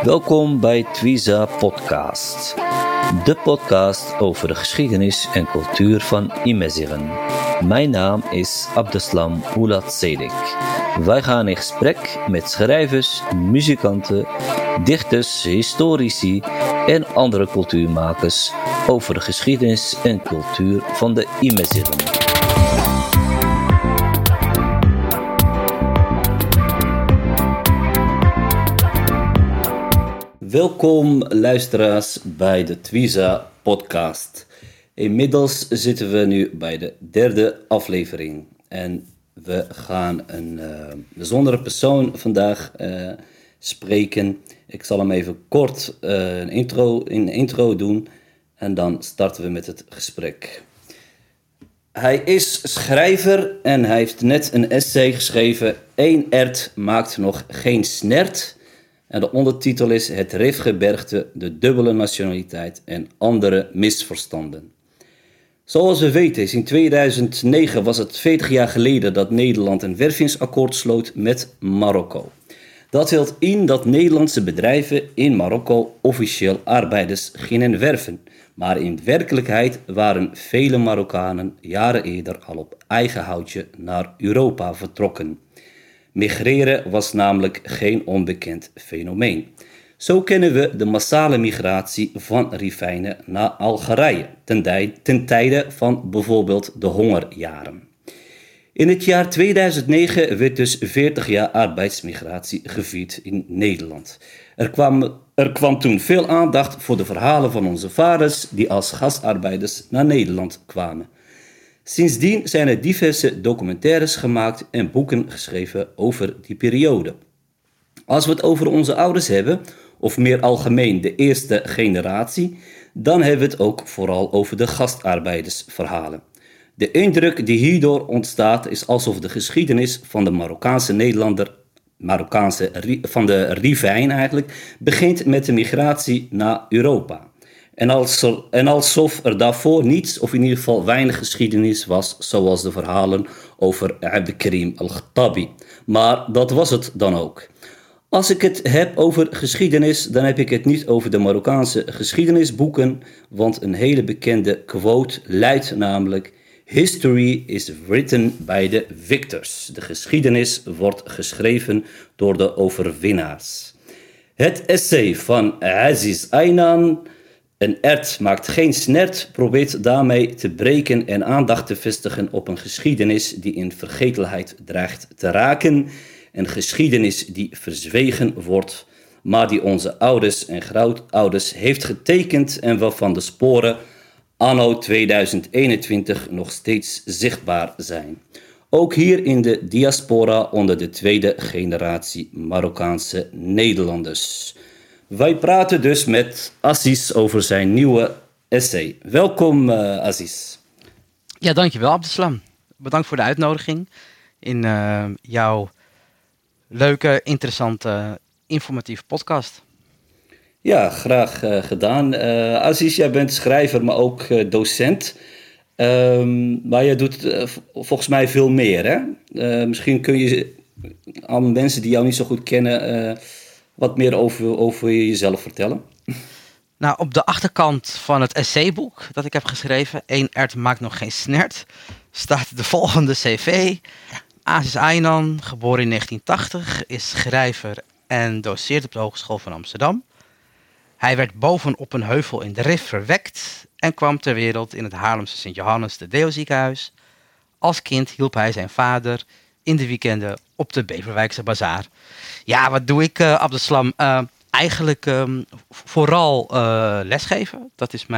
Welkom bij Twiza Podcast. De podcast over de geschiedenis en cultuur van Imezighen. Mijn naam is Abdeslam Oulat Sedik. Wij gaan in gesprek met schrijvers, muzikanten, dichters, historici en andere cultuurmakers over de geschiedenis en cultuur van de Imezighen. Welkom luisteraars bij de Twiza podcast. Inmiddels zitten we nu bij de derde aflevering. En we gaan een bijzondere persoon vandaag spreken. Ik zal hem even kort een intro doen en dan starten we met het gesprek. Hij is schrijver en hij heeft net een essay geschreven. Eén ert maakt nog geen snert. En de ondertitel is Het Rifgebergte, de dubbele nationaliteit en andere misverstanden. Zoals we weten is in 2009 was het 40 jaar geleden dat Nederland een wervingsakkoord sloot met Marokko. Dat hield in dat Nederlandse bedrijven in Marokko officieel arbeiders gingen werven. Maar in werkelijkheid waren vele Marokkanen jaren eerder al op eigen houtje naar Europa vertrokken. Migreren was namelijk geen onbekend fenomeen. Zo kennen we de massale migratie van Rifijnen naar Algerije, ten tijde van bijvoorbeeld de hongerjaren. In het jaar 2009 werd dus 40 jaar arbeidsmigratie gevierd in Nederland. Er kwam toen veel aandacht voor de verhalen van onze vaders die als gastarbeiders naar Nederland kwamen. Sindsdien zijn er diverse documentaires gemaakt en boeken geschreven over die periode. Als we het over onze ouders hebben, of meer algemeen de eerste generatie, dan hebben we het ook vooral over de gastarbeidersverhalen. De indruk die hierdoor ontstaat is alsof de geschiedenis van de Marokkaanse Nederlander, van de Rivijn eigenlijk, begint met de migratie naar Europa. En alsof er daarvoor niets, of in ieder geval weinig geschiedenis was, zoals de verhalen over Abdelkarim al-Khattabi. Maar dat was het dan ook. Als ik het heb over geschiedenis, dan heb ik het niet over de Marokkaanse geschiedenisboeken, want een hele bekende quote luidt namelijk: History is written by the victors. De geschiedenis wordt geschreven door de overwinnaars. Het essay van Aziz Aynan, Een ert maakt geen snert, probeert daarmee te breken en aandacht te vestigen op een geschiedenis die in vergetelheid dreigt te raken. Een geschiedenis die verzwegen wordt, maar die onze ouders en grootouders heeft getekend en waarvan de sporen anno 2021 nog steeds zichtbaar zijn. Ook hier in de diaspora onder de tweede generatie Marokkaanse Nederlanders. Wij praten dus met Aziz over zijn nieuwe essay. Welkom Aziz. Ja, dankjewel Abdeslam. Bedankt voor de uitnodiging in jouw leuke, interessante, informatieve podcast. Ja, graag gedaan. Aziz, jij bent schrijver, maar ook docent. Maar jij doet volgens mij veel meer, hè? Misschien kun je aan mensen die jou niet zo goed kennen wat meer over jezelf vertellen. Nou, op de achterkant van het essayboek dat ik heb geschreven, Eén ert maakt nog geen snert, staat de volgende cv. Aziz Aynan, geboren in 1980, is schrijver en doceert op de Hogeschool van Amsterdam. Hij werd bovenop een heuvel in de Rif verwekt en kwam ter wereld in het Haarlemse Sint-Johannes de Deo ziekenhuis. Als kind hielp hij zijn vader in de weekenden op de Beverwijkse Bazaar. Ja, wat doe ik, Abdeslam? Eigenlijk vooral lesgeven. Dat is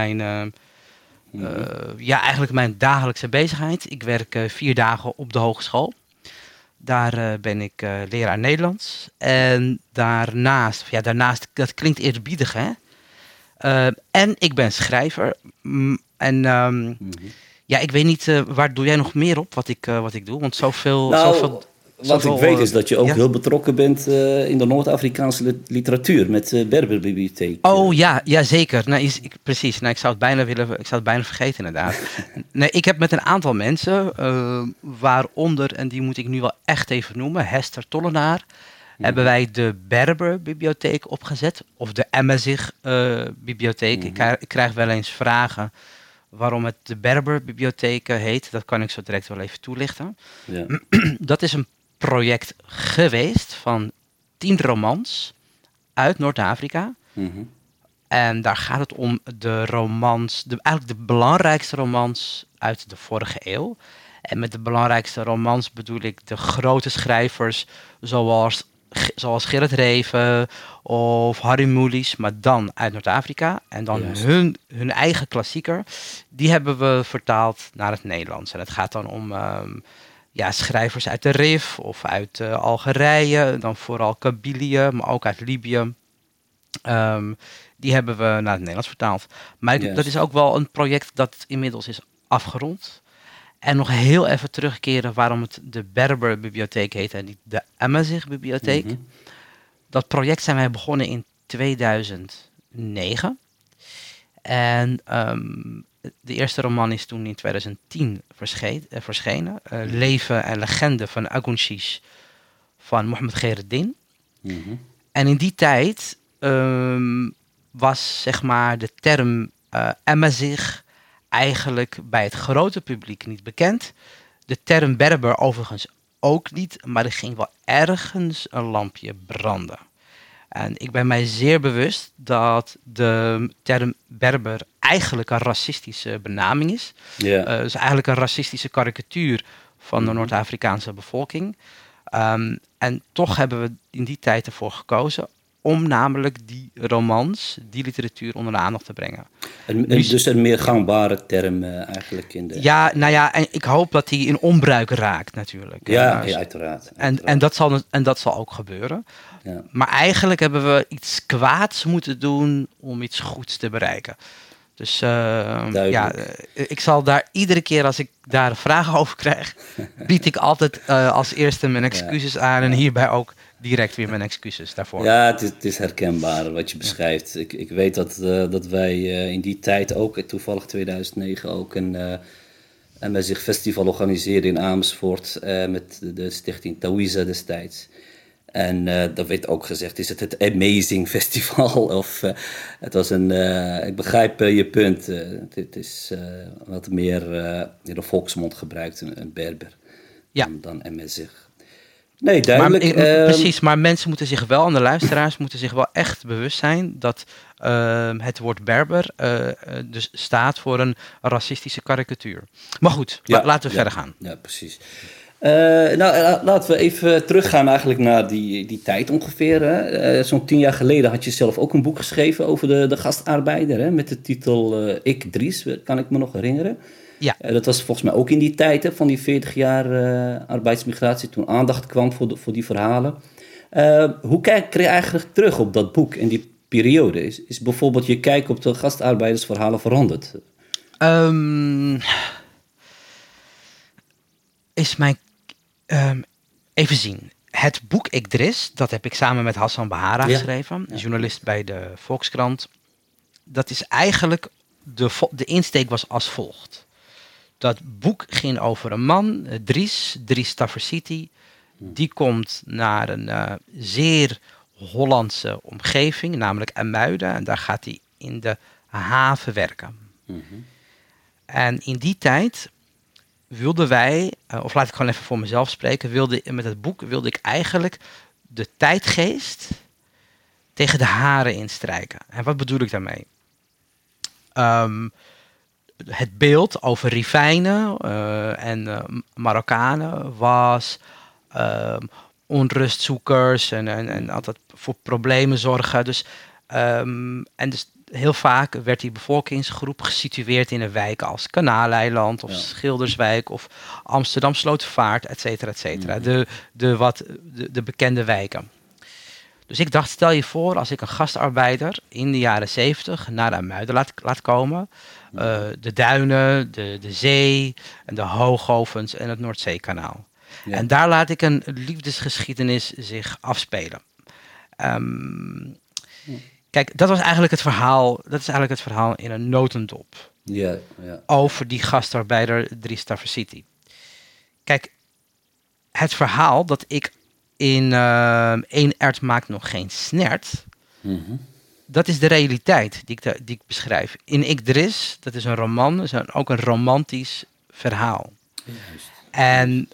eigenlijk mijn dagelijkse bezigheid. Ik werk 4 dagen op de hogeschool. Daar ben ik leraar Nederlands. En daarnaast, dat klinkt eerbiedig, hè? En ik ben schrijver. Ik weet niet, waar doe jij nog meer op wat ik doe? Want zoveel... Wat ik weet is dat je ook heel betrokken bent in de Noord-Afrikaanse literatuur met de Berberbibliotheek. Oh ja, zeker. Precies. Ik zou het bijna vergeten inderdaad. Nee, ik heb met een aantal mensen, waaronder, en die moet ik nu wel echt even noemen, Hester Tollenaar, hebben wij de Berber-bibliotheek opgezet. Of de Amazigh-bibliotheek. Ik krijg wel eens vragen waarom het de Berber-bibliotheek heet. Dat kan ik zo direct wel even toelichten. Ja. Dat is een project geweest van 10 romans uit Noord-Afrika. En daar gaat het om de romans, eigenlijk de belangrijkste romans uit de vorige eeuw. En met de belangrijkste romans bedoel ik de grote schrijvers zoals Gerrit Reven of Harry Mulisch, maar dan uit Noord-Afrika. En dan hun eigen klassieker, die hebben we vertaald naar het Nederlands. En het gaat dan om schrijvers uit de Rif of uit Algerije, dan vooral Kabylië, maar ook uit Libië. Die hebben we naar het Nederlands vertaald. Maar dat is ook wel een project dat inmiddels is afgerond. En nog heel even terugkeren waarom het de Berber-bibliotheek heet en niet de Amazigh-bibliotheek. Dat project zijn wij begonnen in 2009. En de eerste roman is toen in 2010 verschenen. Leven en legende van Agounchish van Mohammed Kheireddin. En in die tijd was zeg maar de term Amazigh eigenlijk bij het grote publiek niet bekend. De term Berber overigens ook niet, maar er ging wel ergens een lampje branden. En ik ben mij zeer bewust dat de term Berber eigenlijk een racistische benaming is. Dus eigenlijk een racistische karikatuur van de Noord-Afrikaanse bevolking. En toch hebben we in die tijd ervoor gekozen om namelijk die romans, die literatuur onder de aandacht te brengen. Dus een meer gangbare term eigenlijk in de... Ja, nou ja, en ik hoop dat die in onbruik raakt natuurlijk. Ja, uiteraard. En dat zal ook gebeuren. Ja. Maar eigenlijk hebben we iets kwaads moeten doen om iets goeds te bereiken. Dus ik zal daar iedere keer als ik daar vragen over krijg, bied ik altijd als eerste mijn excuses aan en hierbij ook direct weer mijn excuses daarvoor. Ja, het is herkenbaar wat je beschrijft. Ik weet dat wij in die tijd ook, toevallig 2009, ook een Amazigh festival organiseerden in Amersfoort met de stichting Tawiza destijds. En dat werd ook gezegd, is het Amazing Festival? Of het was ik begrijp je punt. Het is wat meer in de volksmond gebruikt, een Berber, dan Amazigh. Nee, duidelijk. Precies, maar mensen moeten zich wel, en de luisteraars moeten zich wel echt bewust zijn dat het woord Berber dus staat voor een racistische karikatuur. Maar goed, laten we verder gaan. Ja, precies. Laten we even teruggaan eigenlijk naar die tijd ongeveer. Zo'n 10 jaar geleden had je zelf ook een boek geschreven over de gastarbeider. Hè, met de titel Ik Dries, kan ik me nog herinneren. Ja. Dat was volgens mij ook in die tijd, hè, van die 40 jaar arbeidsmigratie, toen aandacht kwam voor die verhalen. Hoe kijk je eigenlijk terug op dat boek en die periode? Is bijvoorbeeld je kijk op de gastarbeidersverhalen veranderd? Even zien. Het boek Ik Dris, dat heb ik samen met Hassan Bahara geschreven, journalist bij de Volkskrant. Dat is eigenlijk, de insteek was als volgt. Dat boek ging over een man, Dries Taversity. Die komt naar een zeer Hollandse omgeving, namelijk IJmuiden. En daar gaat hij in de haven werken. En in die tijd wilden wij, of laat ik gewoon even voor mezelf spreken, met het boek wilde ik eigenlijk de tijdgeest tegen de haren instrijken. En wat bedoel ik daarmee? Het beeld over Rifijnen en Marokkanen was onrustzoekers en altijd voor problemen zorgen. Dus heel vaak werd die bevolkingsgroep gesitueerd in een wijk als Kanaaleiland of Schilderswijk of Amsterdam Slotervaart, et cetera, et cetera. De bekende wijken. Dus ik dacht, stel je voor als ik een gastarbeider in de jaren 70 naar IJmuiden laat komen. De duinen, de zee en de hoogovens en het Noordzeekanaal. Ja. En daar laat ik een liefdesgeschiedenis zich afspelen. Kijk, dat is eigenlijk het verhaal in een notendop. Ja. Over die gastarbeider Dries Taversity. Kijk, het verhaal dat ik in één erwt maakt nog geen snert. Mhm. Dat is de realiteit die ik beschrijf. In Ik, er is, dat is een roman, dat is ook een romantisch verhaal. Juist. En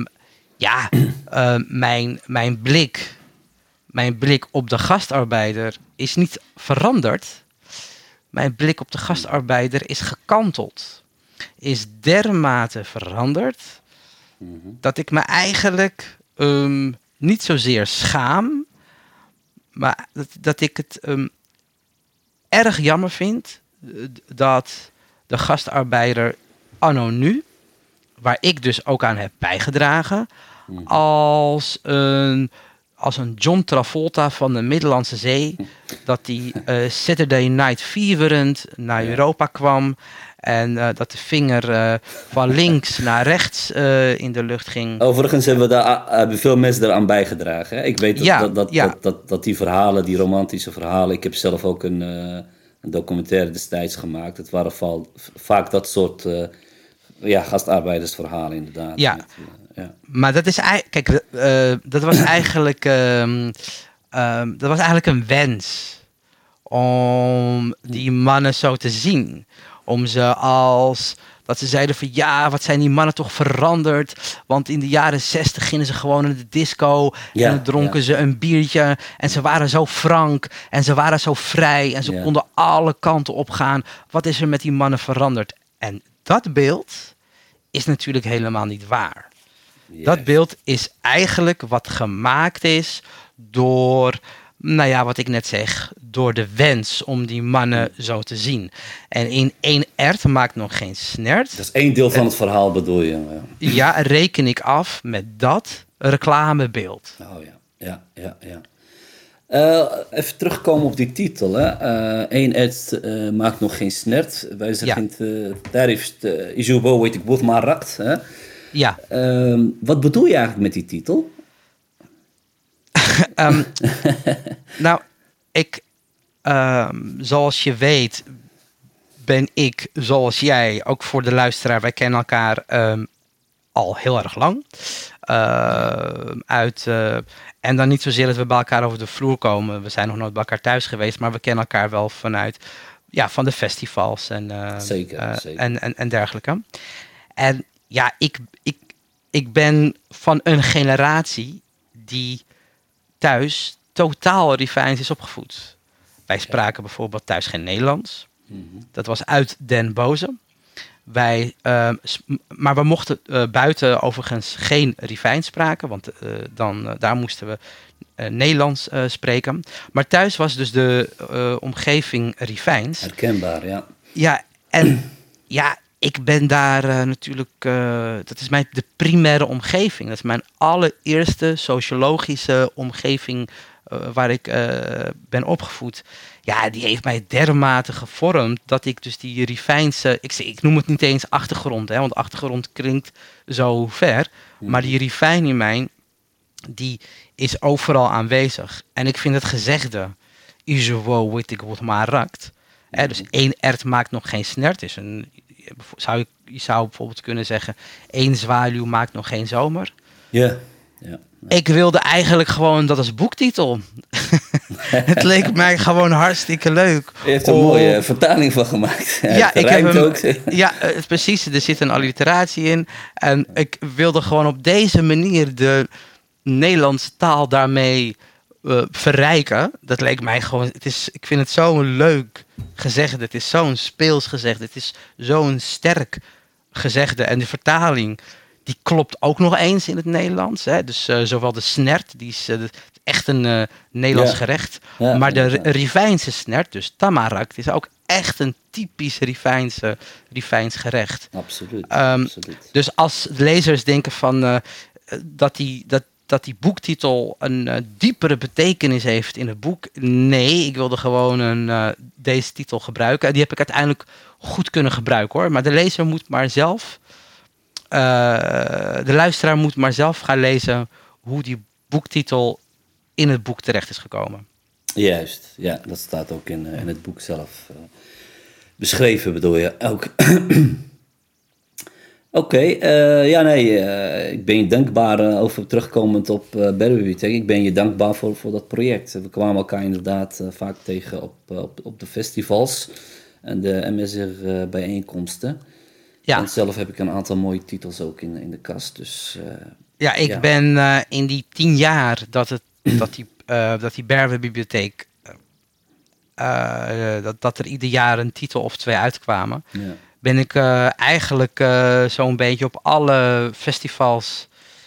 mijn blik op de gastarbeider is niet veranderd. Mijn blik op de gastarbeider is gekanteld. Is dermate veranderd dat ik me eigenlijk niet zozeer schaam, maar dat ik het erg jammer vind dat de gastarbeider anno nu, waar ik dus ook aan heb bijgedragen, als een John Travolta van de Middellandse Zee, dat die Saturday Night Feverend naar Europa kwam en dat de vinger van links naar rechts in de lucht ging. Overigens hebben veel mensen eraan bijgedragen. Hè? Ik weet dat die verhalen, die romantische verhalen... Ik heb zelf ook een documentaire destijds gemaakt. Het waren vaak dat soort gastarbeidersverhalen inderdaad. Ja, maar dat is kijk, dat was eigenlijk een wens om die mannen zo te zien. Om ze dat ze zeiden van ja, wat zijn die mannen toch veranderd. Want in de jaren 60 gingen ze gewoon in de disco. En dan dronken ze een biertje. En ze waren zo frank. En ze waren zo vrij. En ze konden alle kanten op gaan. Wat is er met die mannen veranderd? En dat beeld is natuurlijk helemaal niet waar. Yes. Dat beeld is eigenlijk wat gemaakt is door, wat ik net zeg, door de wens om die mannen zo te zien. En in één erwt maakt nog geen snert. Dat is één deel van het verhaal, bedoel je? Ja, reken ik af met dat reclamebeeld. Oh ja. Even terugkomen op die titel. Eén erwt maakt nog geen snert. Wij zeggen daar heeft Ijubo weet ik wat maar rakt. Ja. Wat bedoel je eigenlijk met die titel? Zoals je weet ben ik, zoals jij, ook voor de luisteraar, wij kennen elkaar al heel erg lang. En dan niet zozeer dat we bij elkaar over de vloer komen. We zijn nog nooit bij elkaar thuis geweest, maar we kennen elkaar wel vanuit, van de festivals en, zeker. En dergelijke. En ja, ik ben van een generatie die thuis totaal Rifijns is opgevoed. Wij spraken bijvoorbeeld thuis geen Nederlands. Mm-hmm. Dat was uit Den Boze. Maar we mochten buiten overigens geen Rifijns spraken, want daar moesten we Nederlands spreken. Maar thuis was dus de omgeving Rifijns. Herkenbaar, ja. Ja, en ik ben daar natuurlijk, dat is de primaire omgeving. Dat is mijn allereerste sociologische omgeving waar ik ben opgevoed. Ja, die heeft mij dermate gevormd dat ik dus die Rifijnse, ik noem het niet eens achtergrond, hè, want achtergrond klinkt zo ver. Maar die Rifijn in mij, die is overal aanwezig. En ik vind het gezegde, Ijuwo weet ik wat maar rakt. Dus één erwt maakt nog geen snert. Je zou bijvoorbeeld kunnen zeggen, één zwaluw maakt nog geen zomer. Ja. Ik wilde eigenlijk gewoon dat als boektitel. Het leek mij gewoon hartstikke leuk. Je hebt er een mooie vertaling van gemaakt. Ja, ik heb hem ook. Ja, precies. Er zit een alliteratie in. En ik wilde gewoon op deze manier de Nederlandse taal daarmee verrijken. Dat leek mij gewoon. Ik vind het zo'n leuk gezegde. Het is zo'n speels gezegde. Het is zo'n sterk gezegde. En de vertaling, die klopt ook nog eens in het Nederlands. Hè? Dus zowel de snert, die is echt een Nederlands gerecht. Ja, maar de Rifijnse snert, dus tamarakt, is ook echt een typisch Rifijns gerecht. Absoluut. Dus als lezers denken van dat die boektitel een diepere betekenis heeft in het boek. Nee, ik wilde gewoon deze titel gebruiken. En die heb ik uiteindelijk goed kunnen gebruiken, hoor. Maar de lezer moet maar zelf, de luisteraar moet maar zelf gaan lezen hoe die boektitel in het boek terecht is gekomen. Juist, ja, dat staat ook in het boek zelf beschreven, bedoel je ook. Oké, ik ben je dankbaar over terugkomend op Bergbibliotheek. Ik ben je dankbaar voor dat project. We kwamen elkaar inderdaad vaak tegen op de festivals en de MSR bijeenkomsten. Ja. En zelf heb ik een aantal mooie titels ook in de kast. Dus, Ja, ik ben in die 10 jaar dat die Bergbibliotheek, dat er ieder jaar een titel of 2 uitkwamen, ben ik eigenlijk zo'n beetje op alle festivals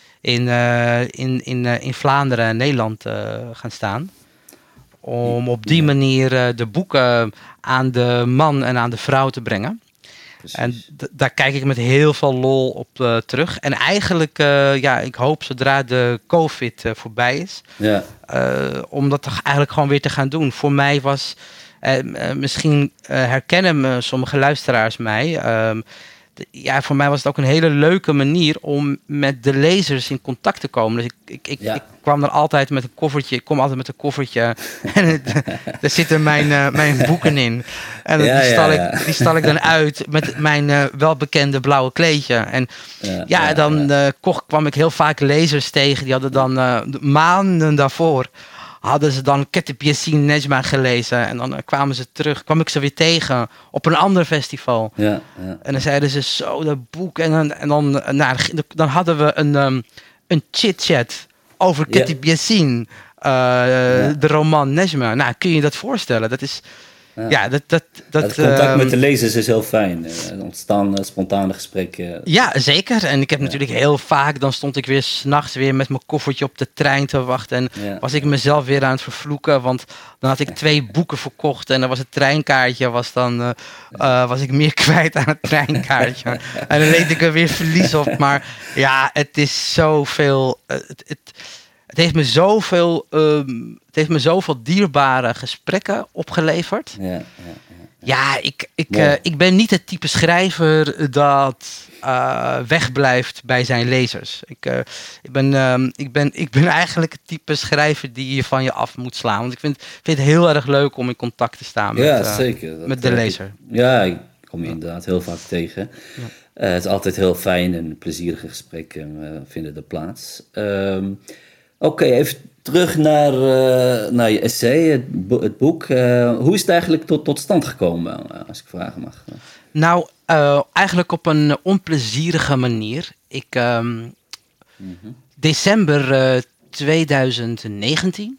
in Vlaanderen en Nederland gaan staan. Om op die manier de boeken aan de man en aan de vrouw te brengen. Precies. En daar kijk ik met heel veel lol op terug. En eigenlijk, ik hoop zodra de COVID voorbij is, om dat toch eigenlijk gewoon weer te gaan doen. Voor mij was, misschien herkennen sommige luisteraars mij. Voor mij was het ook een hele leuke manier om met de lezers in contact te komen. Dus ik kwam er altijd met een koffertje. Ik kom altijd met een koffertje. En daar zitten mijn boeken in. En die stal ik dan uit met mijn welbekende blauwe kleedje. En kwam ik heel vaak lezers tegen. Die hadden dan maanden daarvoor hadden ze dan Ketib Yassin Nejma gelezen. En dan kwam ik ze weer tegen op een ander festival. En dan zeiden ze zo, dat boek. En dan hadden we een chit-chat over Ketib Yassin. De roman Nejma. Nou, kun je dat voorstellen? Dat is... Het contact met de lezers is heel fijn. Er ontstaan spontane gesprekken. Ja, zeker. En ik heb natuurlijk heel vaak... Dan stond ik weer 's nachts weer met mijn koffertje op de trein te wachten. En was ik mezelf weer aan het vervloeken. Want dan had ik 2 boeken verkocht. En dan was het treinkaartje... was ik meer kwijt aan het treinkaartje. En dan leed ik er weer verlies op. Maar ja, het is zoveel... Het heeft me zoveel dierbare gesprekken opgeleverd. Ik ben niet het type schrijver dat wegblijft bij zijn lezers. Ik ben eigenlijk het type schrijver die je van je af moet slaan. Want ik vind het heel erg leuk om in contact te staan met de lezer. Ja, ik kom je inderdaad heel vaak tegen. Ja. Het is altijd heel fijn en plezierige gesprekken vinden er plaats. Oké, even terug naar je essay, het boek. Hoe is het eigenlijk tot stand gekomen, als ik vragen mag? Nou, eigenlijk op een onplezierige manier. December 2019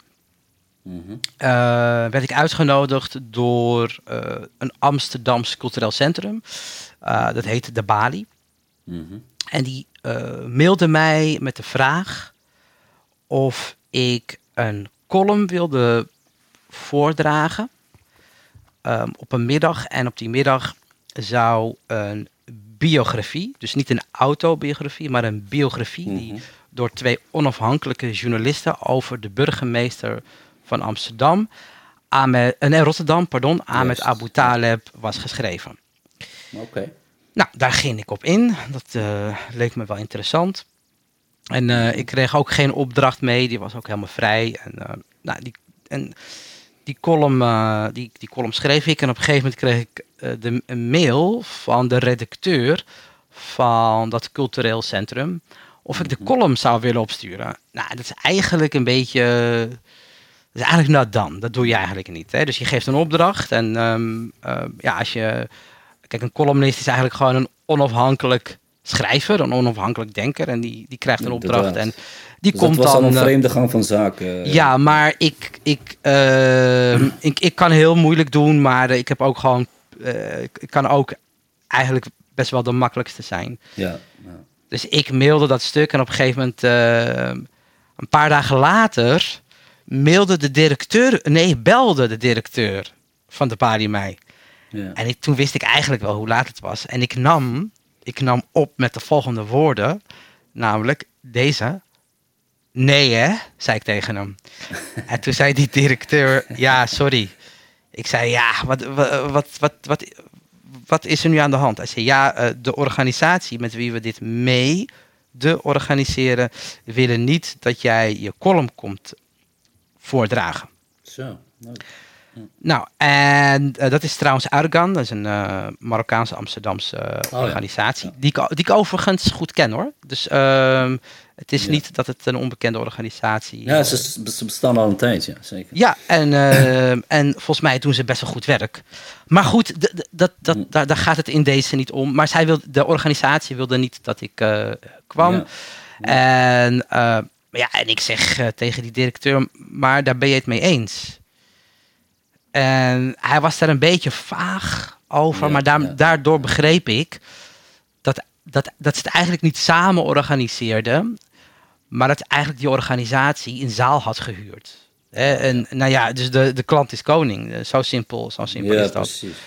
werd ik uitgenodigd door een Amsterdams cultureel centrum. Dat heet De Bali. En die mailde mij met de vraag of ik een column wilde voordragen op een middag. En op die middag zou een biografie, dus niet een autobiografie, maar een biografie die door 2 onafhankelijke journalisten over de burgemeester van Rotterdam, Ahmed Abu Taleb, was geschreven. Oké. Nou, daar ging ik op in. Dat leek me wel interessant. En ik kreeg ook geen opdracht mee, die was ook helemaal vrij. Die column schreef ik en op een gegeven moment kreeg ik een mail van de redacteur van dat cultureel centrum of ik de column zou willen opsturen. Nou, dat is eigenlijk een beetje... Dat is eigenlijk not done. Dat doe je eigenlijk niet. Hè? Dus je geeft een opdracht en als je... Kijk, een columnist is eigenlijk gewoon een onafhankelijk schrijver, een onafhankelijk denker. En die krijgt een opdracht. En die dus komt dat was dan... een vreemde gang van zaken. Ja, maar ik kan heel moeilijk doen, maar ik heb ook gewoon... ik kan ook eigenlijk best wel de makkelijkste zijn. Ja. Dus ik mailde dat stuk en op een gegeven moment... een paar dagen later belde de directeur van de Bali mij. Ja. En toen wist ik eigenlijk wel hoe laat het was. En ik nam op met de volgende woorden. Namelijk deze. Nee hè, zei ik tegen hem. En toen zei die directeur, ja, sorry. Ik zei, ja, wat is er nu aan de hand? Hij zei, ja, de organisatie met wie we dit organiseren... willen niet dat jij je column komt voordragen. Zo, leuk. Nou, en dat is trouwens Argan. Dat is een Marokkaanse Amsterdamse organisatie. Die ik overigens goed ken, hoor. Dus het is niet dat het een onbekende organisatie is. Ja, ze bestaan al een tijd, ja, zeker. Ja, en volgens mij doen ze best wel goed werk. Maar goed, daar gaat het in deze niet om. Maar de organisatie wilde niet dat ik kwam. Ja. En ik zeg tegen die directeur, maar daar ben je het mee eens. En hij was daar een beetje vaag over, maar daardoor begreep ik dat ze het eigenlijk niet samen organiseerden, maar dat eigenlijk die organisatie een zaal had gehuurd. En nou ja, dus de klant is koning. Zo simpel is dat. Precies.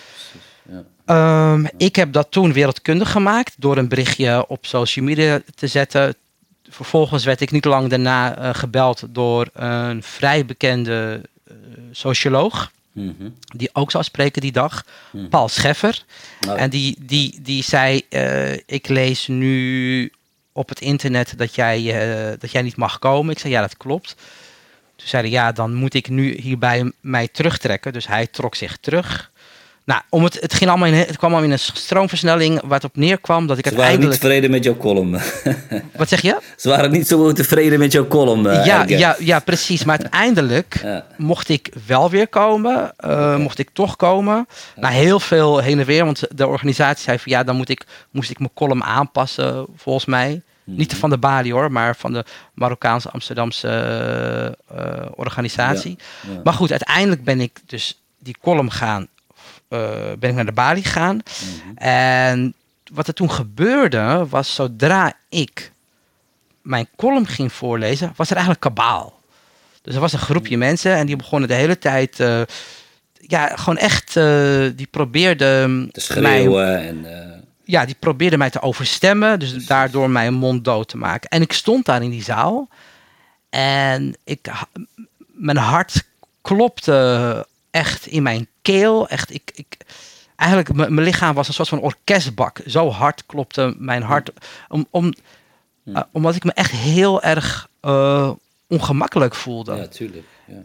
Ik heb dat toen wereldkundig gemaakt door een berichtje op social media te zetten. Vervolgens werd ik niet lang daarna gebeld door een vrij bekende socioloog. Die ook zou spreken die dag. Paul Scheffer. En die zei, ik lees nu op het internet dat jij niet mag komen. Ik zei, ja, dat klopt. Toen zei hij, ja, dan moet ik nu hierbij mij terugtrekken. Dus hij trok zich terug. Nou, het kwam allemaal in een stroomversnelling waar het op neerkwam dat ik uiteindelijk... Ze waren niet tevreden met jouw column. Wat zeg je? Ze waren niet zo tevreden met jouw column. Ja, precies. Maar uiteindelijk mocht ik wel weer komen. Mocht ik toch komen. Nou, heel veel heen en weer. Want de organisatie zei van ja, dan moest ik mijn column aanpassen, volgens mij. Niet van de Bali hoor, maar van de Marokkaanse Amsterdamse organisatie. Ja. Maar goed, uiteindelijk ben ik dus die column ben ik naar de Bali gegaan. En wat er toen gebeurde was, zodra ik mijn column ging voorlezen, was er eigenlijk kabaal. Dus er was een groepje mensen en die begonnen de hele tijd, gewoon echt, die probeerden te schreeuwen die probeerden mij te overstemmen, dus daardoor mijn mond dood te maken. En ik stond daar in die zaal en mijn hart klopte echt in mijn keel. Echt, eigenlijk, mijn lichaam was een soort van orkestbak. Zo hard klopte mijn hart. Omdat ik me echt heel erg ongemakkelijk voelde. Ja, tuurlijk. Ja.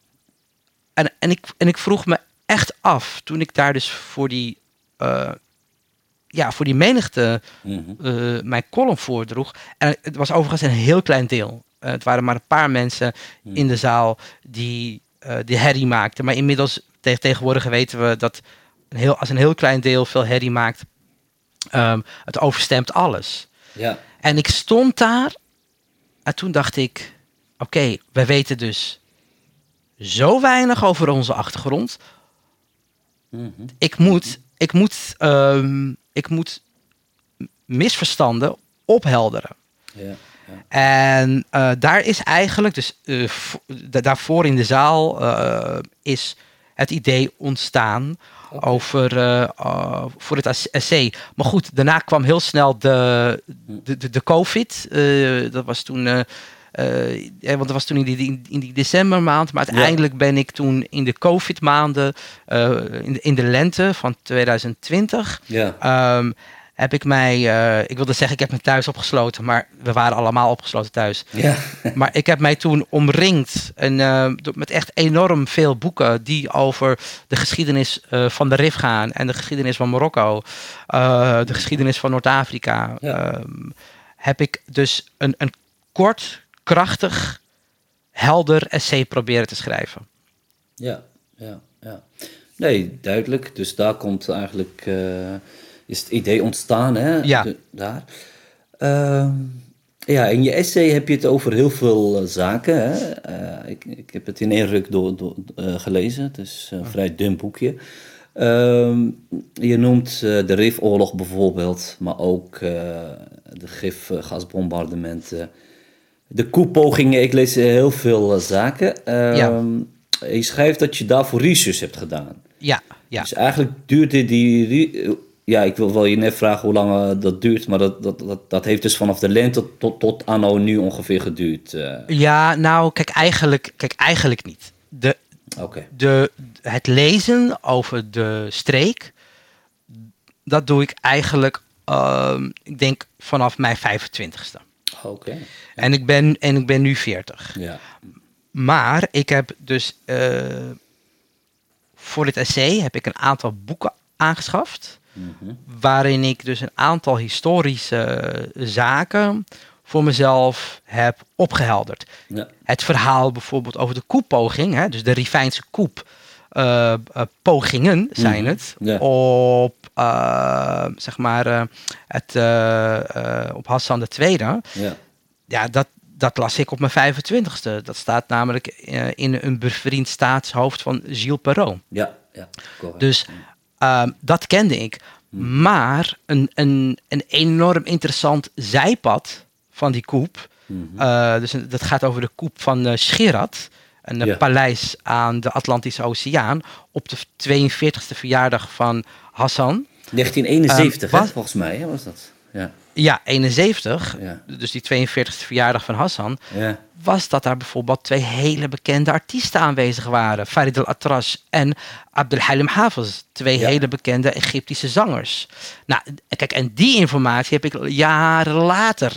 En ik vroeg me echt af, toen ik daar dus voor die menigte mijn column voordroeg. En het was overigens een heel klein deel. Het waren maar een paar mensen in de zaal die herrie maakten. Maar inmiddels, tegenwoordig weten we dat als een heel klein deel veel herrie maakt, het overstemt alles. Ja. En ik stond daar en toen dacht ik, oké, wij weten dus zo weinig over onze achtergrond. Ik moet misverstanden ophelderen. Ja. En daar is eigenlijk, dus daarvoor in de zaal is het idee ontstaan voor het essay. Maar goed, daarna kwam heel snel de COVID. Dat was toen, want dat was toen in die decembermaand. Maar uiteindelijk ben ik toen in de COVID-maanden, in de lente van 2020... heb ik mij, ik wilde zeggen, ik heb me thuis opgesloten, maar we waren allemaal opgesloten thuis. Ja. Maar ik heb mij toen omringd met echt enorm veel boeken die over de geschiedenis van de RIF gaan en de geschiedenis van Marokko, de geschiedenis van Noord-Afrika. Ja. Heb ik dus een kort, krachtig, helder essay proberen te schrijven. Ja. Nee, duidelijk. Dus daar komt eigenlijk... is het idee ontstaan, hè? Ja. Daar. In je essay heb je het over heel veel zaken. Hè? Ik heb het in één ruk gelezen. Het is een vrij dun boekje. Je noemt de RIF-oorlog bijvoorbeeld, maar ook de gifgasbombardementen, de koepogingen. Ik lees heel veel zaken. Je schrijft dat je daarvoor research hebt gedaan. Ja. Dus eigenlijk duurde die... Ja, ik wil wel je net vragen hoe lang dat duurt, maar dat heeft dus vanaf de lente tot anno nu ongeveer geduurd. Ja, nou, kijk, eigenlijk niet. Het lezen over de streek, dat doe ik eigenlijk, ik denk vanaf mijn 25ste. Oké. Ja. En ik ben nu 40. Ja. Maar ik heb dus voor dit essay heb ik een aantal boeken aangeschaft. Waarin ik dus een aantal historische zaken voor mezelf heb opgehelderd. Ja. Het verhaal bijvoorbeeld over de koepoging, hè, dus de Rifijnse koep. Pogingen zijn het op zeg maar op Hassan II. Ja, dat las ik op mijn 25ste. Dat staat namelijk in een bevriend staatshoofd van Gilles Perrault. Ja, correct. Dus dat kende ik. Maar een enorm interessant zijpad van die koep. Dus dat gaat over de koep van Schirat. Een paleis aan de Atlantische Oceaan. Op de 42e verjaardag van Hassan. 1971 volgens mij was dat. Ja, 71. Ja. Dus die 42e verjaardag van Hassan. Ja. Was dat daar bijvoorbeeld 2 hele bekende artiesten aanwezig waren. Farid al-Atrash en Abdelhalim Hafez. 2 hele bekende Egyptische zangers. Nou, kijk, en die informatie heb ik jaren later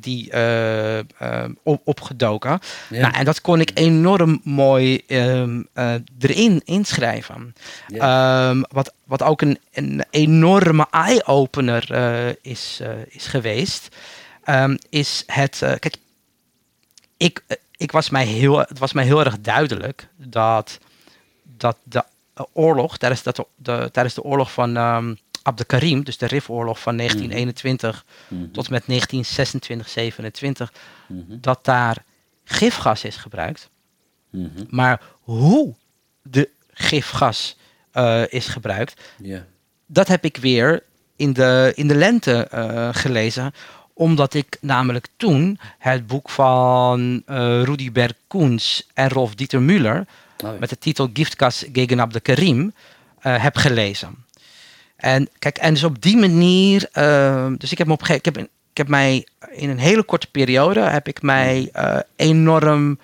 opgedoken. Ja. Nou, en dat kon ik enorm mooi erin inschrijven. Ja. Wat ook een enorme eye-opener is geweest. Is het... kijk, het was mij heel erg duidelijk dat de oorlog, tijdens de oorlog van Abdelkarim, dus de Rifoorlog van 1921 tot en met 1926, 27, dat daar gifgas is gebruikt. Maar hoe de gifgas is gebruikt, dat heb ik weer in de lente gelezen. Omdat ik namelijk toen het boek van Rudi Berg-Koens en Rolf Dieter Müller met de titel Giftgas gegen Abdelkarim heb gelezen. En kijk, en dus op die manier, dus ik heb mij in een hele korte periode heb ik mij enorm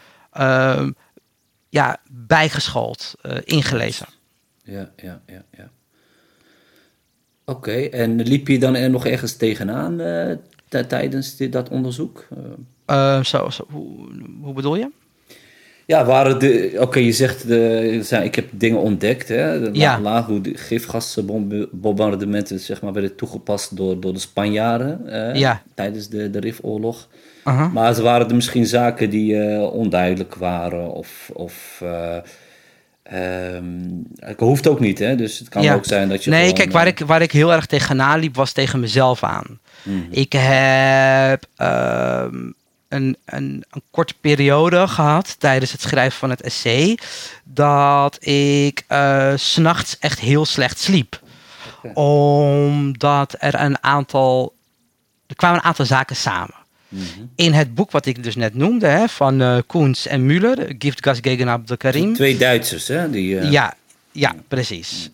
bijgeschoold, ingelezen. Ja. Oké, en liep je dan er nog ergens tegenaan tijdens dat onderzoek? Hoe bedoel je? Ja, je zegt, ik heb dingen ontdekt, hè? Laag hoe de gifgasbombardementen zeg maar, werden toegepast door de Spanjaarden tijdens de Rifoorlog. Maar waren er misschien zaken die onduidelijk waren het hoeft ook niet, hè? Dus het kan ook zijn dat je. Nee, kijk, waar ik heel erg tegenaan liep, was tegen mezelf aan. Ik heb een korte periode gehad tijdens het schrijven van het essay dat ik 's nachts echt heel slecht sliep. Okay. Omdat er kwamen een aantal zaken samen. In het boek wat ik dus net noemde, van Koens en Müller, Giftgas gegen Abdelkarim. 2 Duitsers, hè? Ja, precies.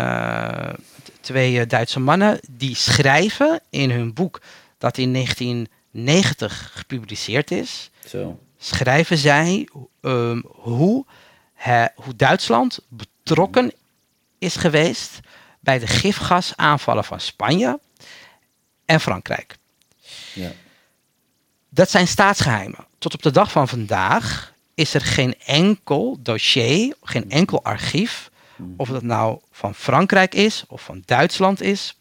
2 Duitse mannen die schrijven in hun boek dat in 1990 gepubliceerd is. Zo. Schrijven zij hoe Duitsland betrokken is geweest bij de gifgasaanvallen van Spanje en Frankrijk. Ja. Dat zijn staatsgeheimen. Tot op de dag van vandaag is er geen enkel dossier, geen enkel archief, of dat nou van Frankrijk is of van Duitsland is,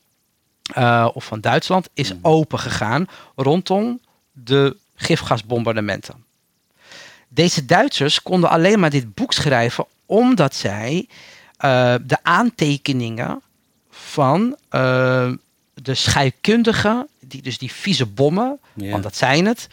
is opengegaan rondom de gifgasbombardementen. Deze Duitsers konden alleen maar dit boek schrijven omdat zij de aantekeningen van de scheikundigen, die vieze bommen, want dat zijn het,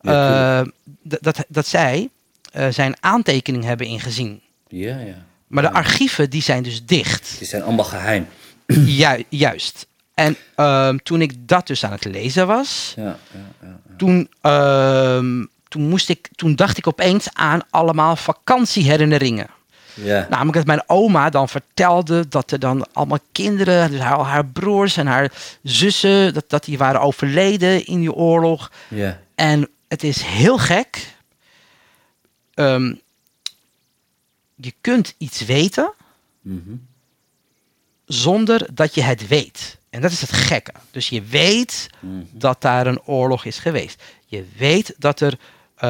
dat zij zijn aantekening hebben ingezien. Ja. Maar de archieven die zijn dus dicht. Die zijn allemaal geheim. Juist. En toen ik dat dus aan het lezen was, toen dacht ik opeens aan allemaal vakantieherinneringen. Yeah. Namelijk dat mijn oma dan vertelde dat er dan allemaal kinderen, dus haar broers en haar zussen, dat die waren overleden in die oorlog. Yeah. En het is heel gek. Je kunt iets weten zonder dat je het weet. En dat is het gekke. Dus je weet dat daar een oorlog is geweest. Je weet dat er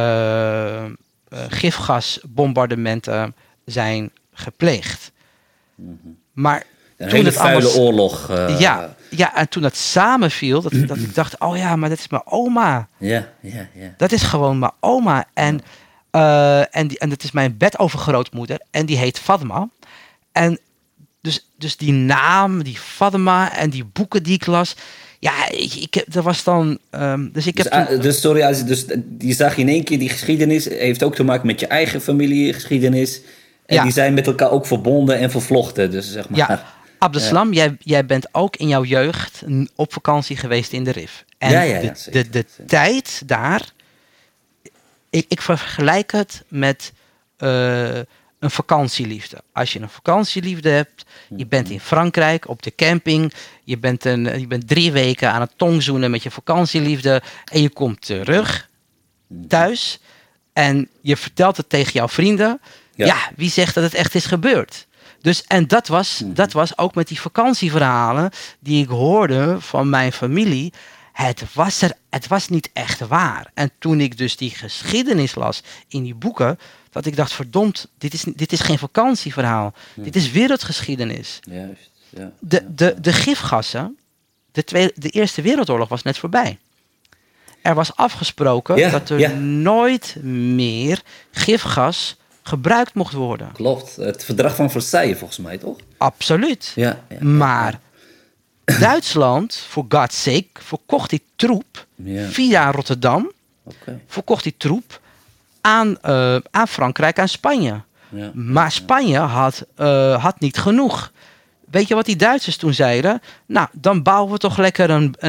gifgasbombardementen zijn gepleegd. Maar Een toen hele het vuile allemaal... oorlog. Ja, en toen dat samenviel, dat ik dacht, oh ja, maar dat is mijn oma. Ja. Dat is gewoon mijn oma. En dat is mijn bedovergrootmoeder. En die heet Fatma. En dus die naam, die Fatma en die boeken die ik las. Ja, dat was dan... dus ik heb toen... Dus sorry, dus je zag in één keer die geschiedenis. Heeft ook te maken met je eigen familiegeschiedenis. En die zijn met elkaar ook verbonden en vervlochten. Dus zeg maar... Ja, Abdeslam, jij bent ook in jouw jeugd op vakantie geweest in de Rif. En de tijd daar... Ik vergelijk het met een vakantieliefde. Als je een vakantieliefde hebt, je bent in Frankrijk op de camping, je bent 3 weken aan het tongzoenen met je vakantieliefde en je komt terug thuis en je vertelt het tegen jouw vrienden. Ja, wie zegt dat het echt is gebeurd? Dus, en dat was ook met die vakantieverhalen die ik hoorde van mijn familie. Het was niet echt waar. En toen ik dus die geschiedenis las in die boeken, dat ik dacht, verdomd, dit is geen vakantieverhaal. Dit is wereldgeschiedenis. Juist, ja. De gifgassen, de Eerste Wereldoorlog was net voorbij. Er was afgesproken dat er nooit meer gifgas gebruikt mocht worden. Klopt. Het verdrag van Versailles volgens mij, toch? Absoluut. Maar Duitsland, for God's sake, verkocht die troep via Rotterdam. Verkocht die troep aan Frankrijk en Spanje. Maar Spanje had niet genoeg. Weet je wat die Duitsers toen zeiden? Nou, dan bouwen we toch lekker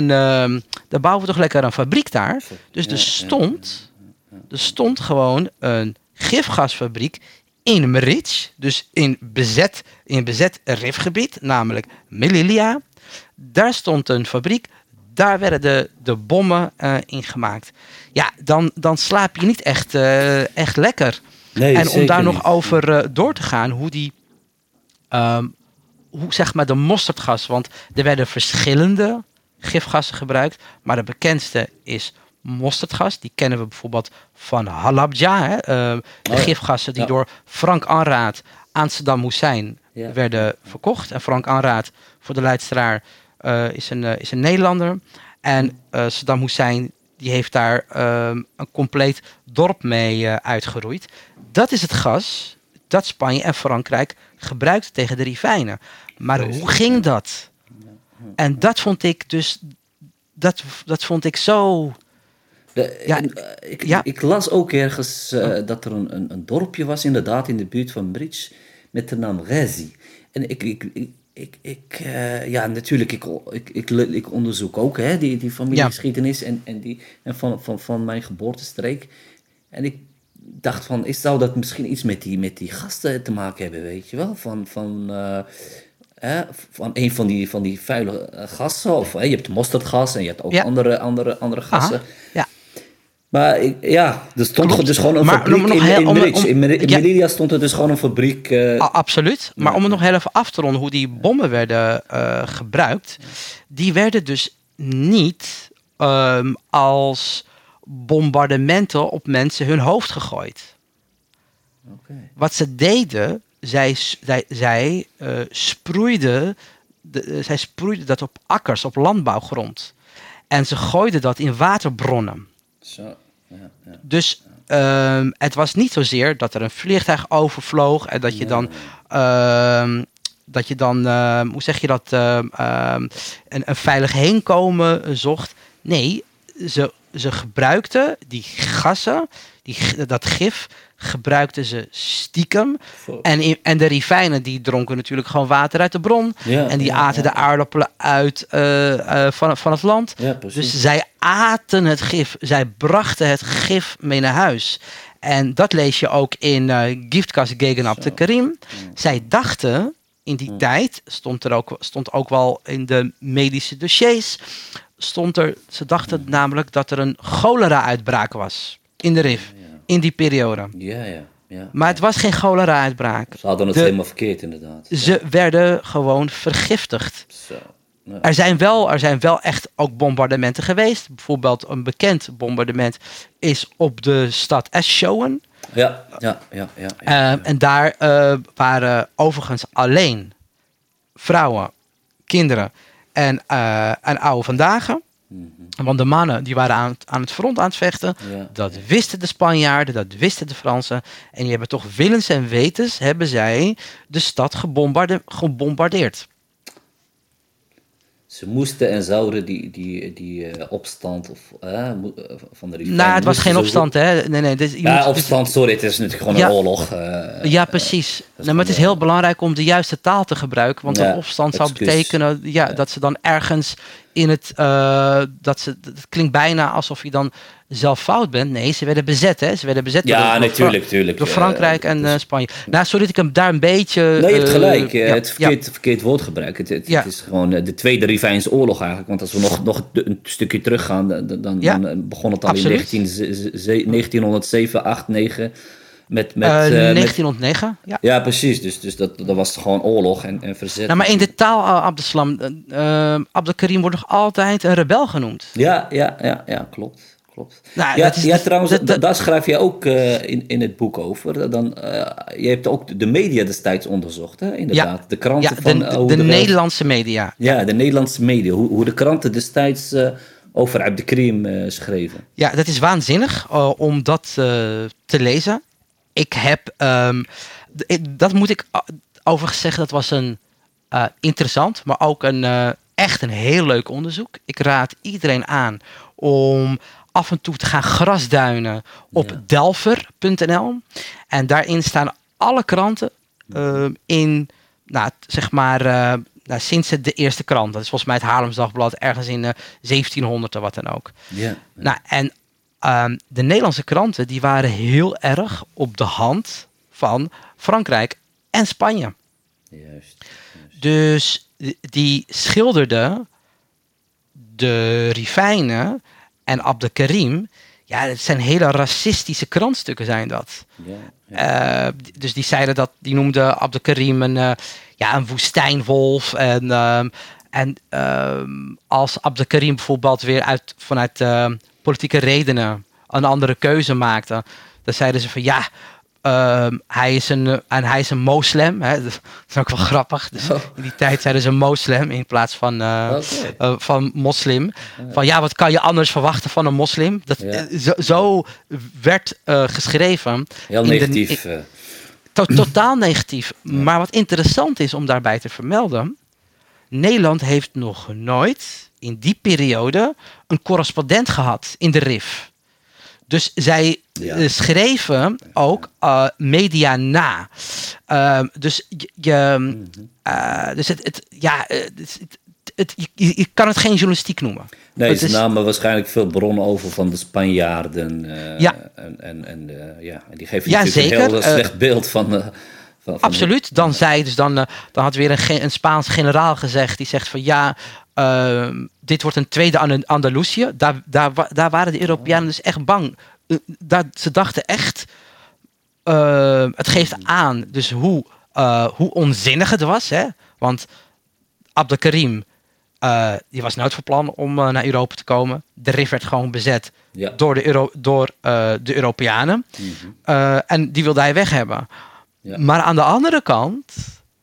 een fabriek daar. Dus er stond gewoon een gifgasfabriek in Meric, dus in bezet Rifgebied, namelijk Melilla. Daar stond een fabriek, daar werden de bommen in gemaakt. Ja, dan slaap je niet echt lekker. Nee, en om daar niet. nog over door te gaan, hoe zeg maar de mosterdgas, want er werden verschillende gifgassen gebruikt, maar de bekendste is mosterdgas. Die kennen we bijvoorbeeld van Halabja, de gifgassen die door Frank Anraat aan Saddam Hussein werden verkocht. En Frank Anraat, voor de luisteraar, is een Nederlander. En Saddam Hussein die heeft daar een compleet dorp mee uitgeroeid. Dat is het gas dat Spanje en Frankrijk gebruikten tegen de Rifijnen. Maar hoe ging dat? En dat vond ik dus... Dat vond ik zo... Ik las ook ergens dat er een dorpje was, inderdaad, in de buurt van Bridge, met de naam Rezi. En ik onderzoek ook die familiegeschiedenis en van mijn geboortestreek. En ik dacht zou dat misschien iets met die gasten te maken hebben, weet je wel? Van een van die vuile gassen. Of je hebt mosterdgas en je hebt ook andere gassen. Ja. Maar er stond dus gewoon een fabriek in Melilla stond er dus gewoon een fabriek. Absoluut. Maar om het nog heel even af te ronden hoe die bommen werden gebruikt. Die werden dus niet als bombardementen op mensen hun hoofd gegooid. Okay. Wat ze deden, zij sproeiden dat op akkers, op landbouwgrond. En ze gooiden dat in waterbronnen. Zo. Dus het was niet zozeer dat er een vliegtuig overvloog en dat je dan, hoe zeg je dat, een veilig heenkomen zocht. Nee, ze gebruikten die gassen, dat gif, gebruikten ze stiekem. En de Rifijnen die dronken natuurlijk gewoon water uit de bron. En die aten de aardappelen uit van het land. Ja, dus zij aten het gif. Zij brachten het gif mee naar huis. En dat lees je ook in Giftgas gegen Abd Karim. Zij dachten, in die tijd, stond ook wel in de medische dossiers, ze dachten namelijk dat er een cholera-uitbraak was in de Rif. In die periode. Ja. Maar het was geen cholera-uitbraak. Ze hadden het helemaal verkeerd, inderdaad. Ze werden gewoon vergiftigd. Zo. Er zijn wel echt ook bombardementen geweest. Bijvoorbeeld een bekend bombardement is op de stad Eschoten. Ja. En daar waren overigens alleen vrouwen, kinderen en oude vandaag. Want de mannen die waren aan het front aan het vechten. Ja. Dat wisten de Spanjaarden, dat wisten de Fransen. En die hebben toch willens en wetens hebben zij de stad gebombardeerd. Ze moesten en zouden die opstand van de rivier. Nou, het was geen opstand, hè? Nee. Opstand, sorry, het is natuurlijk gewoon een oorlog. Ja, precies. Maar het is heel belangrijk om de juiste taal te gebruiken. Want een opstand zou betekenen dat ze dan ergens in het... Het klinkt bijna alsof je dan zelf fout bent. Nee, ze werden bezet, hè? Ze werden bezet door Frankrijk en Spanje. Nou, sorry dat ik hem daar een beetje... Nee, je hebt gelijk. Het verkeerd woord gebruiken. Het is gewoon de Tweede Rijnse Oorlog eigenlijk. Want als we nog een stukje teruggaan, dan begon het al in 1907, 8, 9... Met 1909, ja. Ja, precies. Dus dat was gewoon oorlog en verzet. Nou, maar in de taal, Abdeslam, Abdelkarim wordt nog altijd een rebel genoemd. Ja, klopt. Nou, trouwens, daar schrijf je ook in het boek over. Je hebt ook de media destijds onderzocht, hè? Inderdaad. Ja, de kranten de Nederlandse media. Ja, de Nederlandse media. Hoe de kranten destijds over Abdelkarim schreven. Ja, dat is waanzinnig om dat te lezen. Ik heb, dat moet ik overigens zeggen, dat was een interessant, maar ook echt een heel leuk onderzoek. Ik raad iedereen aan om af en toe te gaan grasduinen op delver.nl. En daarin staan alle kranten sinds de eerste krant. Dat is volgens mij het Haarlems Dagblad ergens in 1700 of wat dan ook. Ja. Nou, en de Nederlandse kranten die waren heel erg op de hand van Frankrijk en Spanje. Juist. Dus die schilderden de Rifijnen en Abdelkarim. Ja, het zijn hele racistische krantstukken zijn dat. Ja. Dus die noemden Abdelkarim een woestijnwolf. En als Abdelkarim bijvoorbeeld weer vanuit politieke redenen een andere keuze maakte, dan zeiden ze van hij is een moslim. Hè? Dat is ook wel grappig. Dus in die tijd zeiden ze moslim in plaats van moslim. Van wat kan je anders verwachten van een moslim? Zo werd geschreven. Heel negatief. Totaal negatief. Ja. Maar wat interessant is om daarbij te vermelden, Nederland heeft nog nooit in die periode een correspondent gehad in de RIF. Dus zij schreven ook media na. Dus je kan het geen journalistiek noemen. Nee, ze namen waarschijnlijk veel bronnen over van de Spanjaarden. En die geven natuurlijk een heel slecht beeld van absoluut. Dan had weer een Spaans generaal gezegd, die zegt van dit wordt een tweede Andalusië. Daar waren de Europeanen dus echt bang. Ze dachten echt, het geeft aan dus hoe onzinnig het was. Hè? Want Abdelkarim, die was nooit van plan om naar Europa te komen. De RIF werd gewoon bezet door de Europeanen. Mm-hmm. En die wilde hij weg hebben. Ja. Maar aan de andere kant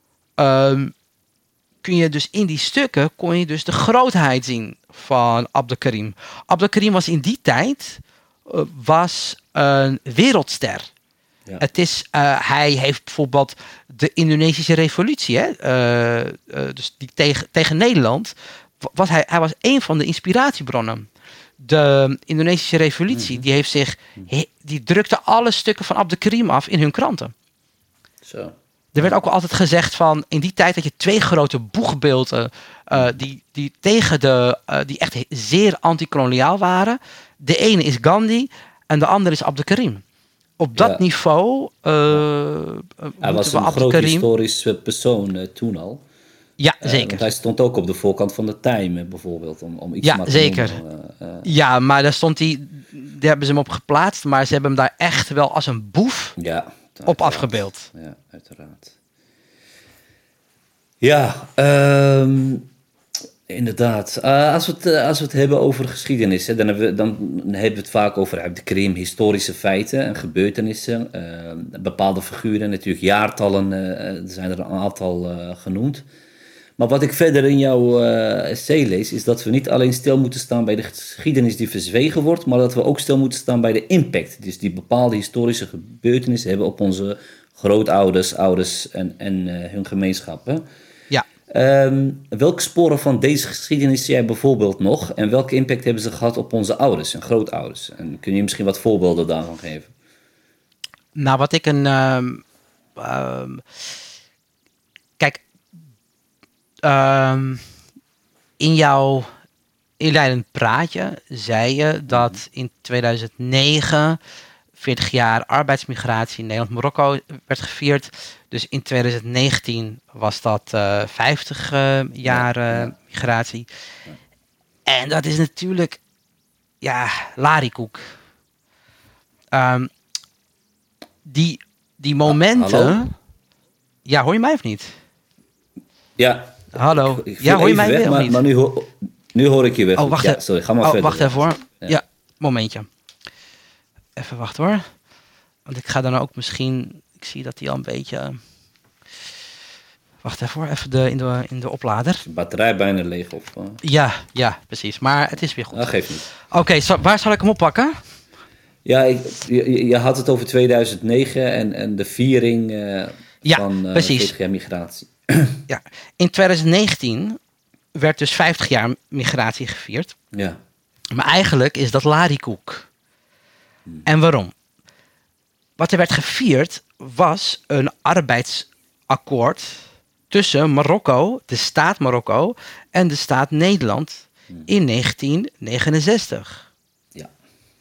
kun je dus in die stukken kon je dus de grootheid zien van Abdelkarim. Abdelkarim was in die tijd een wereldster. Ja. Hij heeft bijvoorbeeld de Indonesische revolutie, dus die tegen Nederland, hij was een van de inspiratiebronnen. De Indonesische revolutie, die drukte alle stukken van Abdelkarim af in hun kranten. Zo. Er werd ook altijd gezegd van in die tijd dat je twee grote boegbeelden die echt zeer anti-koloniaal waren. De ene is Gandhi en de andere is Abdelkarim. Op dat niveau hij was een groot historisch persoon toen al. Ja, zeker. Want hij stond ook op de voorkant van de Time bijvoorbeeld. Om iets maar te zeker. Noemen, maar daar daar hebben ze hem op geplaatst. Maar ze hebben hem daar echt wel als een boef op afgebeeld. Ja, uiteraard. Ja, Inderdaad. Als we het hebben over geschiedenis, hè, dan hebben we het vaak over de Krim, historische feiten en gebeurtenissen. Bepaalde figuren, natuurlijk jaartallen, er zijn er een aantal genoemd. Maar wat ik verder in jouw essay lees, is dat we niet alleen stil moeten staan bij de geschiedenis die verzwegen wordt, maar dat we ook stil moeten staan bij de impact. Dus die bepaalde historische gebeurtenissen hebben op onze grootouders, ouders en hun gemeenschappen. Ja. Welke sporen van deze geschiedenis zie jij bijvoorbeeld nog? En welke impact hebben ze gehad op onze ouders en grootouders? En kun je misschien wat voorbeelden daarvan geven? Nou, wat ik kijk, in jouw inleidend praatje zei je dat in 2009 40 jaar arbeidsmigratie in Nederland-Marokko werd gevierd. Dus in 2019 was dat 50 jaar migratie. En dat is natuurlijk, lariekoek. Die momenten... Hallo? Ja, hoor je mij of niet? Ja. Hallo. Ik Ja, hoor je mij weg, weer of niet? maar nu hoor ik je weer. Oh, wacht even. Sorry, ga maar verder. Wacht even hoor. Ja. Ja, momentje. Even wachten hoor. Want ik ga dan ook misschien... Ik zie dat hij al een beetje... Wacht even hoor. Even in de oplader. Is de batterij bijna leeg of... Ja, precies. Maar het is weer goed. Dat geeft niet. Oké, waar zal ik hem oppakken? Ja, je had het over 2009 en de viering van precies. 40 jaar migratie. Ja, in 2019 werd dus 50 jaar migratie gevierd. Ja. Maar eigenlijk is dat lariekoek. En waarom? Wat er werd gevierd was een arbeidsakkoord tussen Marokko, de staat Marokko, en de staat Nederland in 1969. Ja.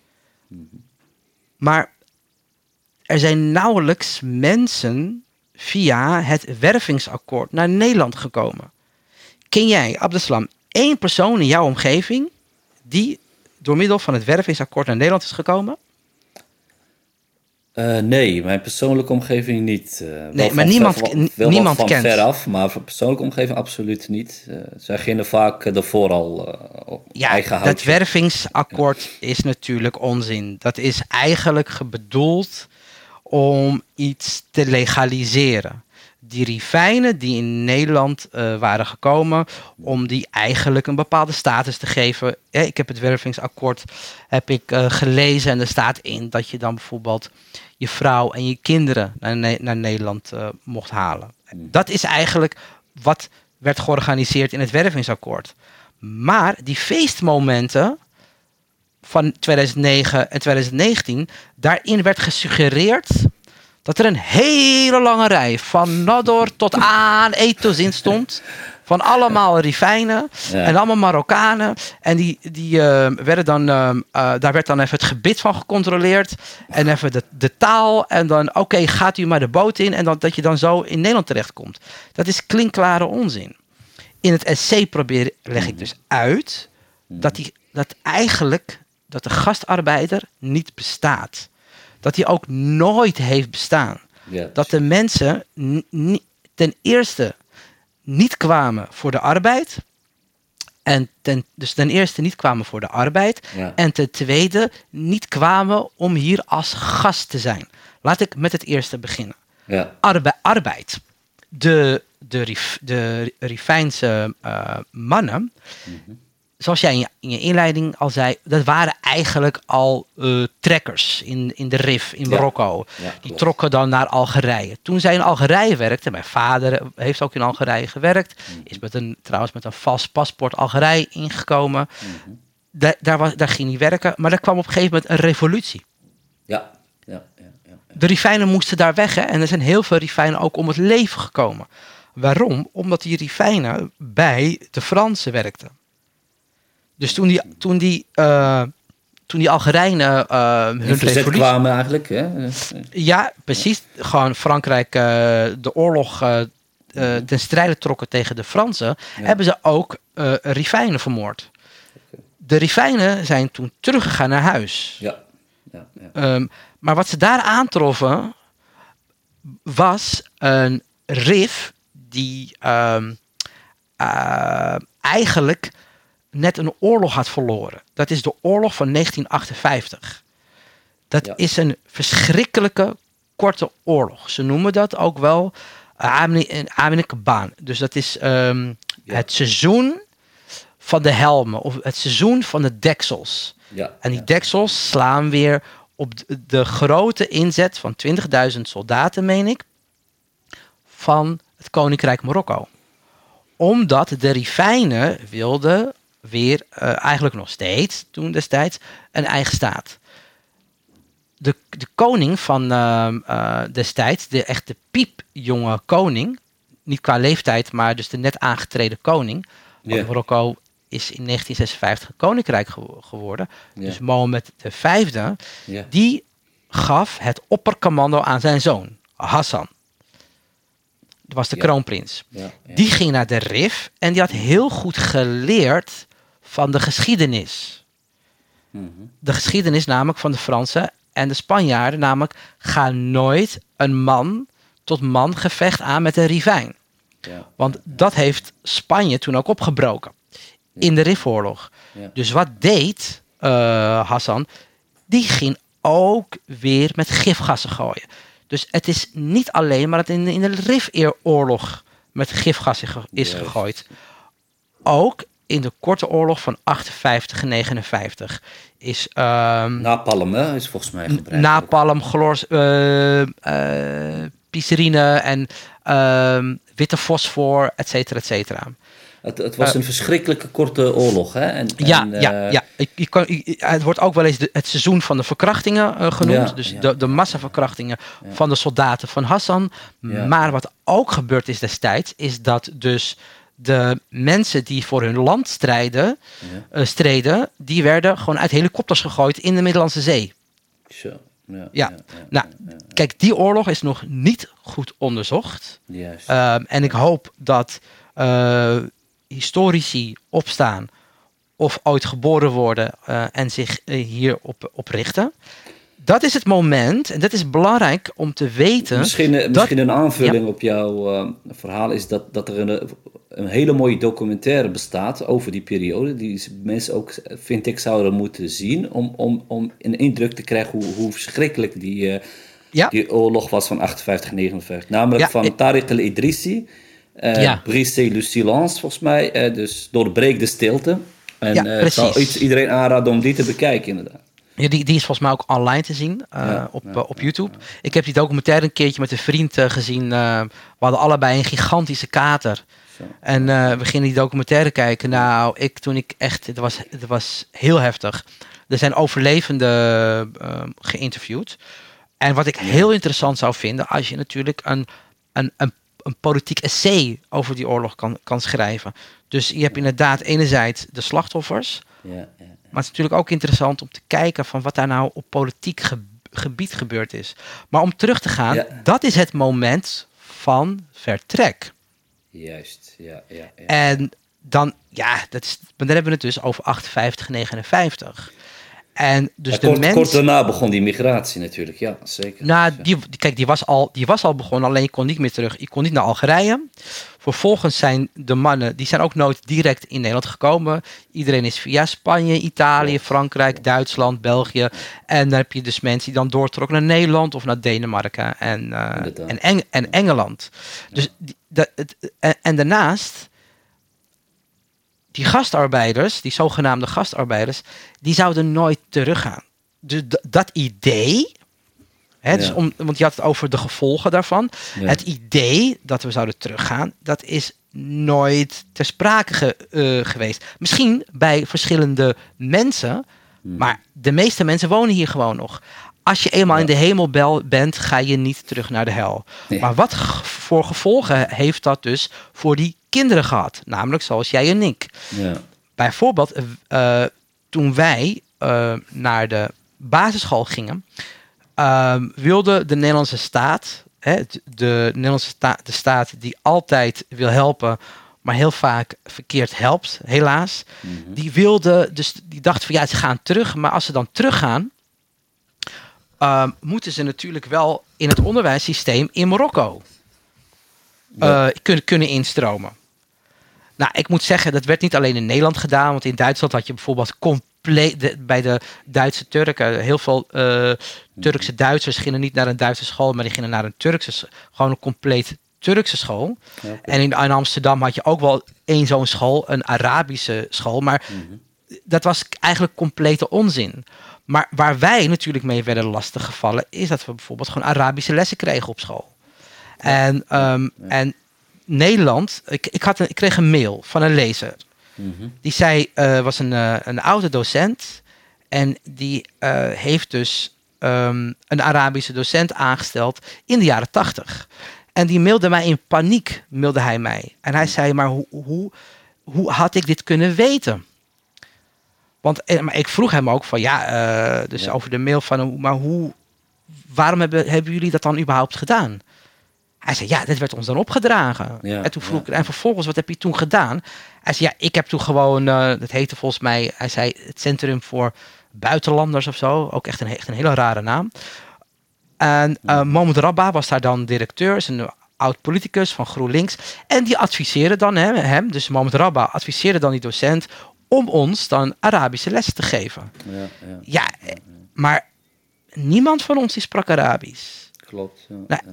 Maar er zijn nauwelijks mensen via het wervingsakkoord naar Nederland gekomen. Ken jij, Abdeslam, 1 persoon in jouw omgeving die door middel van het wervingsakkoord naar Nederland is gekomen? Nee, mijn persoonlijke omgeving niet. Nee, maar niemand van kent. veraf, maar voor persoonlijke omgeving absoluut niet. Zij beginnen vaak ervoor al op eigen houtje. Dat wervingsakkoord is natuurlijk onzin. Dat is eigenlijk bedoeld om iets te legaliseren. Die rifijnen die in Nederland waren gekomen, om die eigenlijk een bepaalde status te geven. Ik heb het wervingsakkoord gelezen en er staat in dat je dan bijvoorbeeld je vrouw en je kinderen naar Nederland mocht halen. Dat is eigenlijk wat werd georganiseerd in het wervingsakkoord. Maar die feestmomenten van 2009 en 2019, daarin werd gesuggereerd dat er een hele lange rij van Nador tot aan Ethos stond. Van allemaal rifijnen en allemaal Marokkanen. En die werden dan, daar werd dan even het gebit van gecontroleerd. En even de taal. En dan, oké, gaat u maar de boot in. En dat je dan zo in Nederland terechtkomt. Dat is klinkklare onzin. In het essay leg ik dus uit dat eigenlijk de gastarbeider niet bestaat. Dat hij ook nooit heeft bestaan. Ja. Dat de mensen ten eerste niet kwamen voor de arbeid. Dus ten eerste niet kwamen voor de arbeid. Ja. En ten tweede niet kwamen om hier als gast te zijn. Laat ik met het eerste beginnen. Ja. Arbeid. De Rifijnse mannen, zoals jij in je inleiding al zei, dat waren eigenlijk al trekkers in de Rif, in Marokko. Ja, die trokken dan naar Algerije. Toen zij in Algerije werkte, mijn vader heeft ook in Algerije gewerkt, is trouwens met een vals paspoort Algerije ingekomen. Daar ging hij werken, maar er kwam op een gegeven moment een revolutie. Ja. De Rifijnen moesten daar weg, hè? En er zijn heel veel Rifijnen ook om het leven gekomen. Waarom? Omdat die Rifijnen bij de Fransen werkten. Dus toen die Algerijnen hun revolutie kwamen eigenlijk, hè? Ja, precies. Gewoon Frankrijk de oorlog ten strijde trokken tegen de Fransen, hebben ze ook Rifijnen vermoord. De Rifijnen zijn toen teruggegaan naar huis. Ja. Maar wat ze daar aantroffen was een Rif die eigenlijk net een oorlog had verloren. Dat is de oorlog van 1958. Dat is een verschrikkelijke korte oorlog. Ze noemen dat ook wel Amin Kaban. Dus dat is het seizoen van de helmen. Of het seizoen van de deksels. Ja, en die deksels slaan weer op de grote inzet van 20.000 soldaten, meen ik, van het Koninkrijk Marokko. Omdat de Rifijnen wilden weer, eigenlijk nog steeds, toen destijds, een eigen staat. De koning van destijds, de echte piepjonge koning, niet qua leeftijd, maar dus de net aangetreden koning, want Marokko is in 1956 koninkrijk geworden. Dus Mohammed V, die gaf het oppercommando aan zijn zoon, Hassan. Dat was de kroonprins. Die ging naar de Rif en die had heel goed geleerd van de geschiedenis. De geschiedenis namelijk van de Fransen en de Spanjaarden, namelijk ga nooit een man tot man gevecht aan met een Rivijn. Want dat heeft Spanje toen ook opgebroken. In de Rifoorlog. Dus wat deed Hassan? Die ging ook weer met gifgassen gooien. Dus het is niet alleen maar dat in de Rifoorlog met gifgassen is gegooid. Ook in de korte oorlog van 58 en 59 is... napalm, hè, is volgens mij gebruikt. Napalm, piserine en witte fosfor, et cetera, et cetera. Het was een verschrikkelijke korte oorlog, hè? Het wordt ook wel eens het seizoen van de verkrachtingen genoemd. De massaverkrachtingen van de soldaten van Hassan. Maar wat ook gebeurd is destijds, is dat dus de mensen die voor hun land streden, die werden gewoon uit helikopters gegooid in de Middellandse Zee. Kijk, die oorlog is nog niet goed onderzocht. En ik hoop dat historici opstaan of ooit geboren worden en zich hierop richten. Dat is het moment, en dat is belangrijk om te weten. Misschien een aanvulling op jouw verhaal is dat er een hele mooie documentaire bestaat over die periode. Die mensen ook, vind ik, zouden moeten zien om een indruk te krijgen hoe verschrikkelijk die oorlog was van 58 en 59. Namelijk van Tariq el-Idrissi, Brisez le silence volgens mij, dus doorbreek de stilte. En ik zal iedereen aanraden om die te bekijken inderdaad. Ja, die is volgens mij ook online te zien op YouTube. Ik heb die documentaire een keertje met een vriend gezien. We hadden allebei een gigantische kater. En we gingen die documentaire kijken. Nou, het was heel heftig. Er zijn overlevenden geïnterviewd. En wat ik heel interessant zou vinden, als je natuurlijk een politiek essay over die oorlog kan schrijven. Dus je hebt inderdaad enerzijds de slachtoffers. Maar het is natuurlijk ook interessant om te kijken van wat daar nou op politiek gebied gebeurd is. Maar om terug te gaan, dat is het moment van vertrek. Juist, ja. En dan, dan hebben we het dus over 58, 59. En dus kort daarna begon die migratie natuurlijk, ja, zeker. Nou, die was al begonnen, alleen je kon niet meer terug. Je kon niet naar Algerije. Vervolgens zijn de mannen, die zijn ook nooit direct in Nederland gekomen. Iedereen is via Spanje, Italië, Frankrijk, Duitsland, België. En dan heb je dus mensen die dan doortrokken naar Nederland of naar Denemarken en Engeland. Dus en daarnaast, die gastarbeiders, die zogenaamde gastarbeiders, die zouden nooit teruggaan. Dus dat idee, dus want je had het over de gevolgen daarvan. Ja. Het idee dat we zouden teruggaan, dat is nooit ter sprake geweest. Misschien bij verschillende mensen, maar de meeste mensen wonen hier gewoon nog. Als je eenmaal in de hemel bent, ga je niet terug naar de hel. Nee. Maar wat voor gevolgen heeft dat dus voor die kinderen gehad? Namelijk zoals jij en ik. Ja. Bijvoorbeeld, toen wij naar de basisschool gingen, wilde de Nederlandse staat, de staat die altijd wil helpen, maar heel vaak verkeerd helpt, helaas. Mm-hmm. Die dacht van ze gaan terug, maar als ze dan teruggaan, moeten ze natuurlijk wel in het onderwijssysteem in Marokko kunnen instromen. Nou, ik moet zeggen, dat werd niet alleen in Nederland gedaan. Want in Duitsland had je bijvoorbeeld bij de Duitse Turken. Heel veel Turkse Duitsers gingen niet naar een Duitse school, maar die gingen naar een gewoon een compleet Turkse school. Okay. En in Amsterdam had je ook wel één zo'n school, een Arabische school. Maar dat was eigenlijk complete onzin. Maar waar wij natuurlijk mee werden lastiggevallen, is dat we bijvoorbeeld gewoon Arabische lessen kregen op school. Ja. En Nederland, ik kreeg een mail van een lezer. Die zei, was een oude docent. En die heeft dus een Arabische docent aangesteld in de jaren 80. En die mailde mij in paniek, mailde hij mij. En hij zei, maar hoe had ik dit kunnen weten? Want maar ik vroeg hem ook van, over de mail van, maar waarom hebben jullie dat dan überhaupt gedaan? Hij zei, dit werd ons dan opgedragen. Ja, en toen vroeg ik, en vervolgens, wat heb je toen gedaan? Hij zei, ik heb toen gewoon, dat heette volgens mij, hij zei, het Centrum voor Buitenlanders of zo. Ook echt een hele rare naam. En Mohamed Rabba was daar dan directeur, is een oud politicus van GroenLinks. En die adviseerde dan hem, dus Mohamed Rabba adviseerde dan die docent om ons dan Arabische lessen te geven. Maar niemand van ons die sprak Arabisch. Klopt.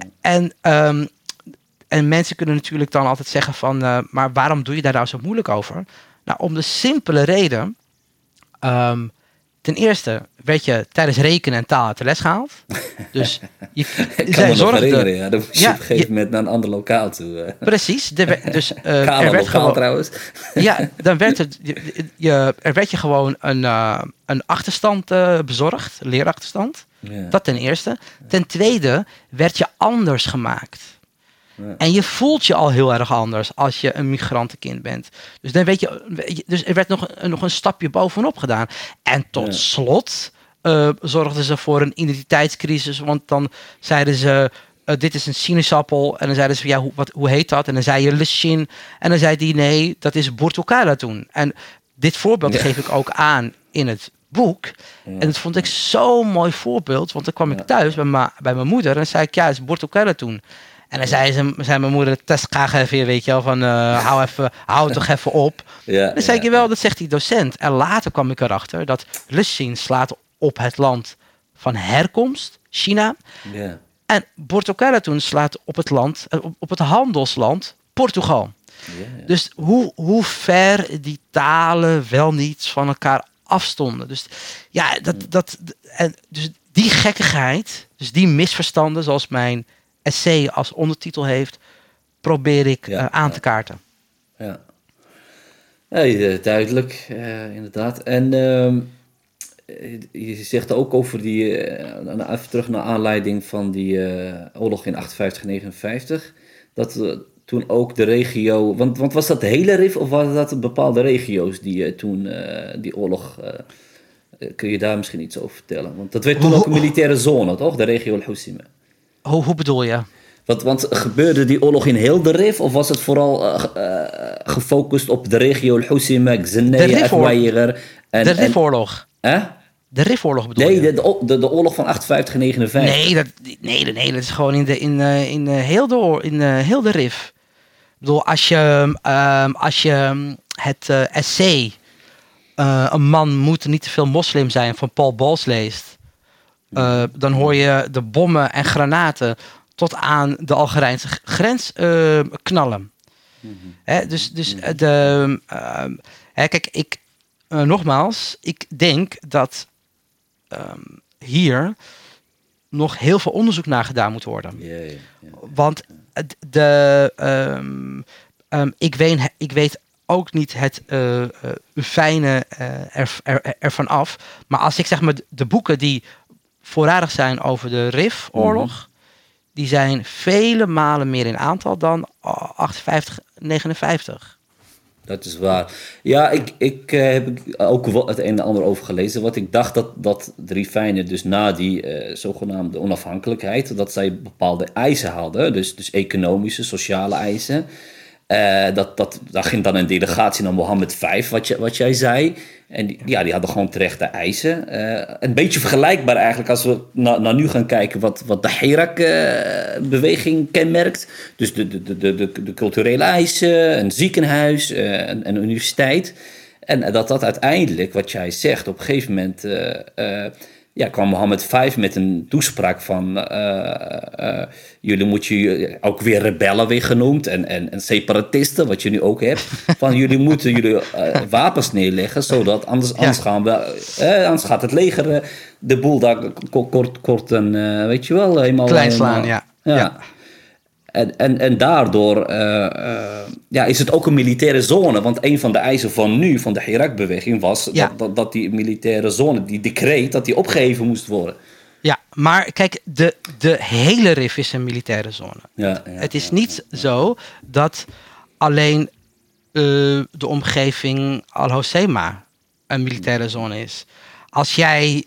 En mensen kunnen natuurlijk dan altijd zeggen van, maar waarom doe je daar nou zo moeilijk over? Nou, om de simpele reden. Ten eerste werd je tijdens rekenen en taal uit de les gehaald. Dus ik kan me nog herinneren, dan moest je op een gegeven moment naar een ander lokaal toe. Precies. Dus, er werd lokaal gewoon, trouwens. Ja, dan werd er werd je gewoon een achterstand bezorgd, een leerachterstand. Ja. Dat ten eerste. Ten tweede werd je anders gemaakt. Ja. En je voelt je al heel erg anders als je een migrantenkind bent. Dus dan dus er werd nog een stapje bovenop gedaan. En tot slot zorgden ze voor een identiteitscrisis. Want dan zeiden ze, dit is een sinaasappel. En dan zeiden ze, hoe heet dat? En dan zei je Leshin. En dan zei die, nee, dat is Bortokala toen. En dit voorbeeld geef ik ook aan in het boek. Ja. En dat vond ik zo'n mooi voorbeeld. Want dan kwam ik thuis bij mijn moeder. En dan zei ik, het is Bortokala toen. En dan zei mijn moeder, test graag even, weet je wel, van hou het toch even op. Ja, dan zei ik, dat zegt die docent. En later kwam ik erachter dat Leshin slaat op het land van herkomst, China. Ja. En Bortokala toen slaat op het land, op het handelsland, Portugal. Ja. Dus hoe ver die talen wel niet van elkaar afstonden. Dus dus die gekkigheid, dus die misverstanden, zoals mijn essay als ondertitel heeft, probeer ik aan te kaarten. Ja, duidelijk, inderdaad. En je zegt ook over die, even terug naar aanleiding van die oorlog in 58-59, dat toen ook de regio, want was dat de hele RIF of waren dat bepaalde regio's die toen die oorlog, kun je daar misschien iets over vertellen? Want dat werd toen ook een militaire zone, toch? De regio Al-Hoceima. Hoe bedoel je? Want gebeurde die oorlog in heel de RIF of was het vooral gefocust op de regio Al-Hoceima, Xenia, Afwayiger? De RIF-oorlog. De RIF-oorlog bedoel je? Nee, de oorlog van 58-59. Nee, dat is gewoon in heel de RIF. Ik bedoel, als je het essay Een man moet niet te veel moslim zijn van Paul Bals leest, dan hoor je de bommen en granaten tot aan de Algerijnse grens knallen. Kijk, nogmaals, ik denk dat hier nog heel veel onderzoek naar gedaan moet worden. Yeah. Want ik weet ook niet het fijne ervan af. Maar als ik zeg maar de boeken die voorradig zijn over de RIF-oorlog, die zijn vele malen meer in aantal dan 58, 59. Dat is waar. Ja, ik heb ook wel het een en ander over gelezen. Wat ik dacht dat de Rifijnen dus na die zogenaamde onafhankelijkheid, dat zij bepaalde eisen hadden. Dus economische, sociale eisen. Daar ging dan een delegatie naar Mohammed V, wat jij zei. En die hadden gewoon terechte eisen. Een beetje vergelijkbaar eigenlijk als we naar nu gaan kijken wat de Hirak-beweging kenmerkt. Dus de culturele eisen, een ziekenhuis, een universiteit. En dat uiteindelijk, wat jij zegt, op een gegeven moment kwam Mohammed V met een toespraak van jullie moeten ook weer rebellen weer genoemd en separatisten, wat je nu ook hebt. Van jullie moeten wapens neerleggen, zodat anders gaat het leger de boel daar kort en weet je wel, helemaal klein slaan, ja. En daardoor is het ook een militaire zone. Want een van de eisen van de Hirak-beweging was dat die militaire zone, die decreet, dat die opgeheven moest worden. Ja, maar kijk, de hele Rif is een militaire zone. Het is niet zo dat alleen de omgeving Al-Hoceima een militaire zone is. Als jij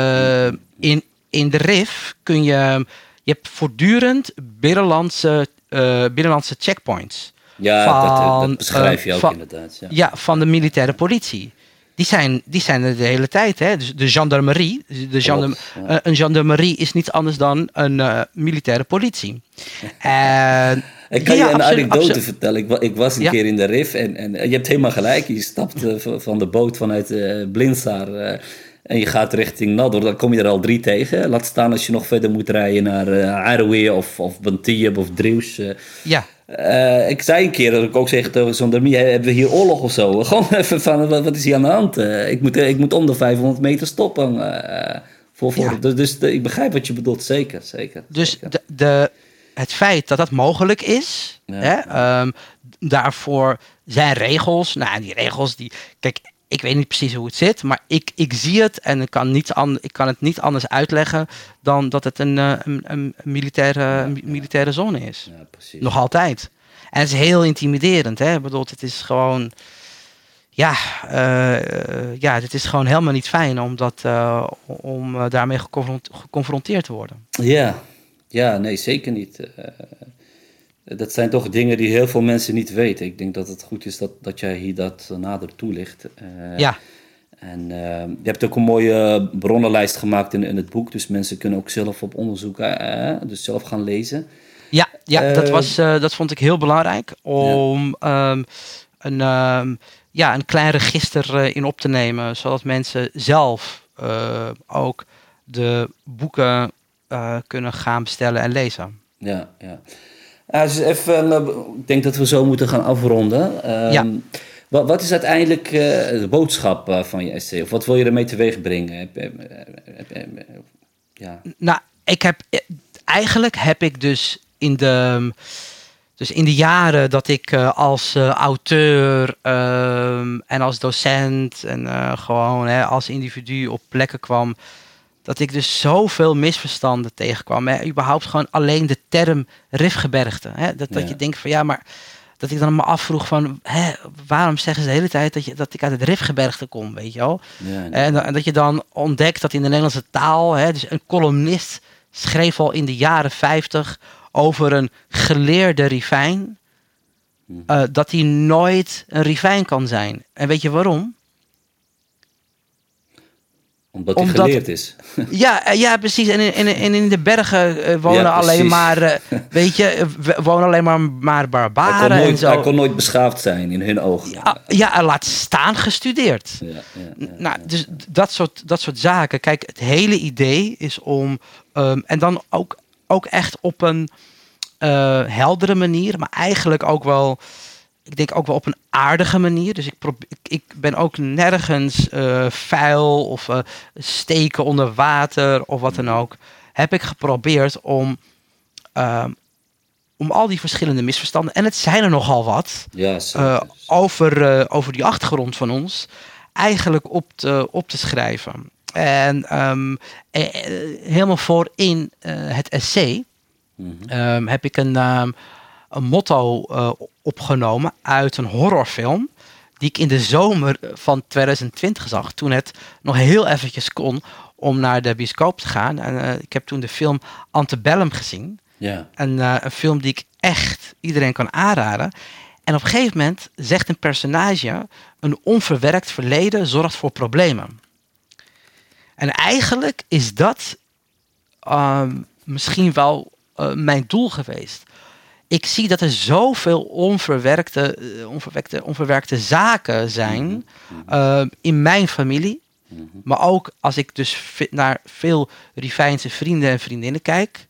in de Rif je hebt voortdurend binnenlandse checkpoints. Ja, dat beschrijf je ook inderdaad. Ja, van de militaire politie. Die zijn er de hele tijd. Hè? Dus de gendarmerie. Een gendarmerie is niets anders dan een militaire politie. Ik kan je een anekdote vertellen. Ik was een keer in de Rif en je hebt helemaal gelijk. Je stapt van de boot vanuit Blinsar en je gaat richting Nador. Dan kom je er al 3 tegen. Laat staan als je nog verder moet rijden naar Aroué of Bantiyab of Drius. Ik zei een keer dat ik ook zeg tegen gendarmerie, hebben we hier oorlog of zo? Gewoon even van, wat is hier aan de hand? Ik moet om de 500 meter stoppen. Dus ik begrijp wat je bedoelt, zeker. Dus het feit dat dat mogelijk is, daarvoor zijn regels. Nou, die regels, kijk, ik weet niet precies hoe het zit, maar ik zie het en ik kan het niet anders uitleggen dan dat het een militaire zone is. Ja, precies. Nog altijd. En het is heel intimiderend. Hè? Ik bedoel, het is gewoon... het is gewoon helemaal niet fijn om daarmee geconfronteerd te worden. Ja, nee, zeker niet. Dat zijn toch dingen die heel veel mensen niet weten. Ik denk dat het goed is dat jij hier dat nader toelicht. En je hebt ook een mooie bronnenlijst gemaakt in het boek. Dus mensen kunnen ook zelf op onderzoek, dus zelf gaan lezen. Dat vond ik heel belangrijk. Om een klein register in op te nemen. Zodat mensen zelf ook de boeken kunnen gaan bestellen en lezen. Ja. Dus even, ik denk dat we zo moeten gaan afronden. Wat is uiteindelijk de boodschap van je essay? Of wat wil je ermee teweeg brengen? Nou, eigenlijk heb ik dus in de jaren dat ik als auteur en als docent en gewoon als individu op plekken kwam, dat ik dus zoveel misverstanden tegenkwam. Überhaupt gewoon alleen de term Rifgebergte. Dat je denkt van maar dat ik dan me afvroeg van waarom zeggen ze de hele tijd dat ik uit het Rifgebergte kom, weet je wel? En dat je dan ontdekt dat in de Nederlandse taal, dus een columnist schreef al in de jaren 50 over een geleerde rivijn, dat hij nooit een rivijn kan zijn. En weet je waarom? Omdat hij geleerd is. Ja, precies. En in de bergen wonen alleen maar, wonen alleen maar barbaren. Hij kon nooit beschaafd zijn in hun ogen. En laat staan gestudeerd. Dus dat soort zaken. Kijk, het hele idee is om, en dan ook echt op een heldere manier, maar eigenlijk ook wel, ik denk ook wel op een aardige manier. Dus ik ben ook nergens vuil of steken onder water of wat dan ook. Heb ik geprobeerd om al die verschillende misverstanden, en het zijn er nogal wat, over die achtergrond van ons, eigenlijk op te schrijven. En helemaal voorin het essay heb ik een motto opgenomen uit een horrorfilm die ik in de zomer van 2020 zag, toen het nog heel eventjes kon om naar de bioscoop te gaan. En ik heb toen de film Antebellum gezien. Een film die ik echt iedereen kan aanraden. En op een gegeven moment zegt een personage, een onverwerkt verleden zorgt voor problemen. En eigenlijk is dat misschien wel mijn doel geweest. Ik zie dat er zoveel onverwerkte zaken zijn in mijn familie. Maar ook als ik dus naar veel Rivijnse vrienden en vriendinnen kijk.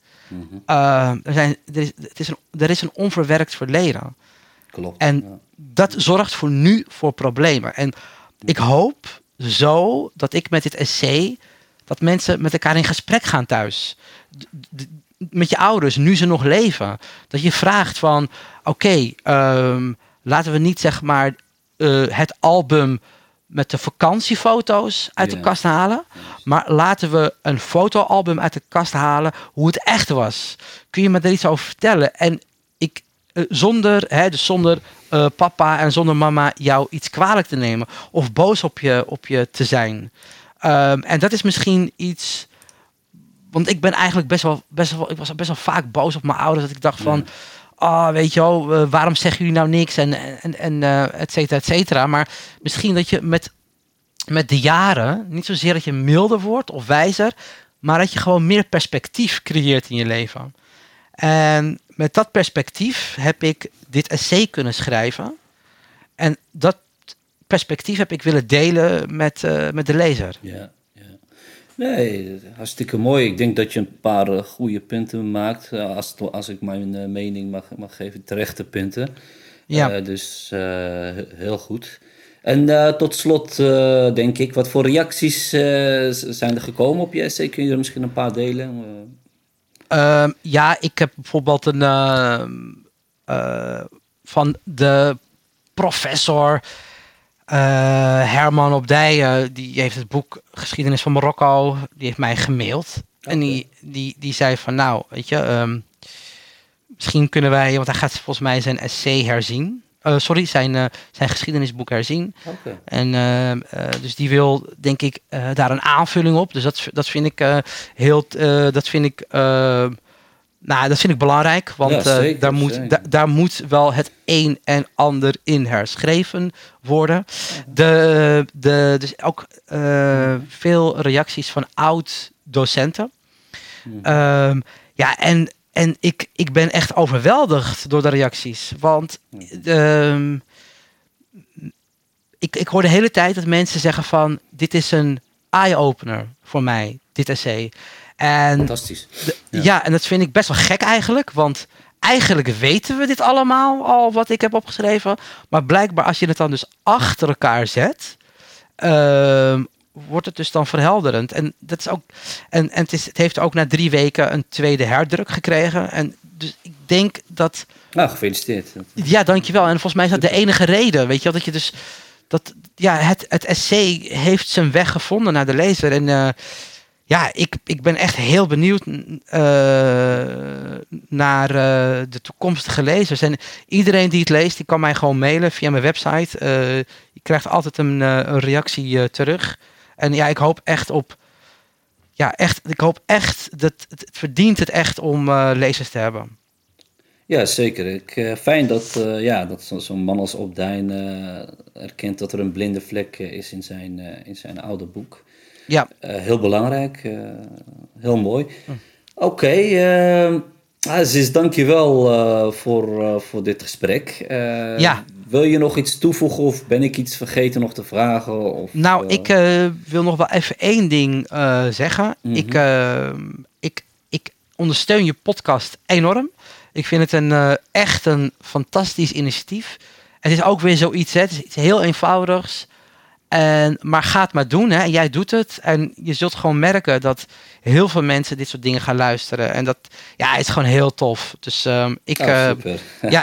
Er is een onverwerkt verleden. Klopt. En dat zorgt voor problemen. En ik hoop zo dat ik met dit essay, dat mensen met elkaar in gesprek gaan thuis. Met je ouders, nu ze nog leven. Dat je vraagt van, oké, laten we niet zeg maar het album met de vakantiefoto's uit de kast halen. Maar laten we een fotoalbum uit de kast halen hoe het echt was. Kun je me daar iets over vertellen? En ik, zonder papa en zonder mama jou iets kwalijk te nemen. Of boos op je te zijn. En dat is misschien iets. Want ik ben eigenlijk ik was best wel vaak boos op mijn ouders. Dat ik dacht van, weet je wel, waarom zeggen jullie nou niks? En et cetera, et cetera. Maar misschien dat je met de jaren, niet zozeer dat je milder wordt of wijzer, maar dat je gewoon meer perspectief creëert in je leven. En met dat perspectief heb ik dit essay kunnen schrijven. En dat perspectief heb ik willen delen met de lezer. Ja. Nee, hartstikke mooi. Ik denk dat je een paar goede punten maakt. Als ik mijn mening mag geven, terechte punten. Ja. Dus heel goed. En tot slot denk ik, wat voor reacties zijn er gekomen op je essay? Kun je er misschien een paar delen? Ja, ik heb bijvoorbeeld van de professor Herman Opdijen, die heeft het boek Geschiedenis van Marokko, die heeft mij gemaild. Okay. En die zei van, nou, weet je, misschien kunnen wij, want hij gaat volgens mij zijn essay herzien. Zijn geschiedenisboek herzien. Okay. En dus die wil, denk ik, daar een aanvulling op. Dus dat vind ik dat vind ik belangrijk, want daar moet wel het een en ander in herschreven worden. Dus ook veel reacties van oud-docenten. En ik ben echt overweldigd door de reacties. Want ik hoor de hele tijd dat mensen zeggen van, dit is een eye-opener voor mij, dit essay. En fantastisch. En dat vind ik best wel gek eigenlijk. Want eigenlijk weten we dit allemaal al wat ik heb opgeschreven. Maar blijkbaar als je het dan dus achter elkaar zet, wordt het dus dan verhelderend. En dat is ook. En het heeft ook na 3 weken een tweede herdruk gekregen. En dus ik denk dat. Nou, gefeliciteerd. Ja, dankjewel. En volgens mij is dat de enige reden. Weet je wel, dat je dus. Het essay heeft zijn weg gevonden naar de lezer. En ik ben echt heel benieuwd naar de toekomstige lezers. En iedereen die het leest, die kan mij gewoon mailen via mijn website. Je krijgt altijd een reactie terug. En ik hoop echt op. Ik hoop echt dat het verdient het echt om lezers te hebben. Ja, zeker. Fijn dat zo'n man als Opdijen erkent dat er een blinde vlek is in zijn oude boek. Ja. Heel belangrijk. Heel mooi. Oké. Aziz, dank je wel voor dit gesprek. Wil je nog iets toevoegen of ben ik iets vergeten nog te vragen? Of, ik wil nog wel even 1 ding zeggen. Mm-hmm. Ik ondersteun je podcast enorm. Ik vind het echt een fantastisch initiatief. Het is ook weer zoiets, het is iets heel eenvoudigs. Maar ga het maar doen. Hè. En jij doet het. En je zult gewoon merken dat heel veel mensen dit soort dingen gaan luisteren. En dat het is gewoon heel tof. Dus super.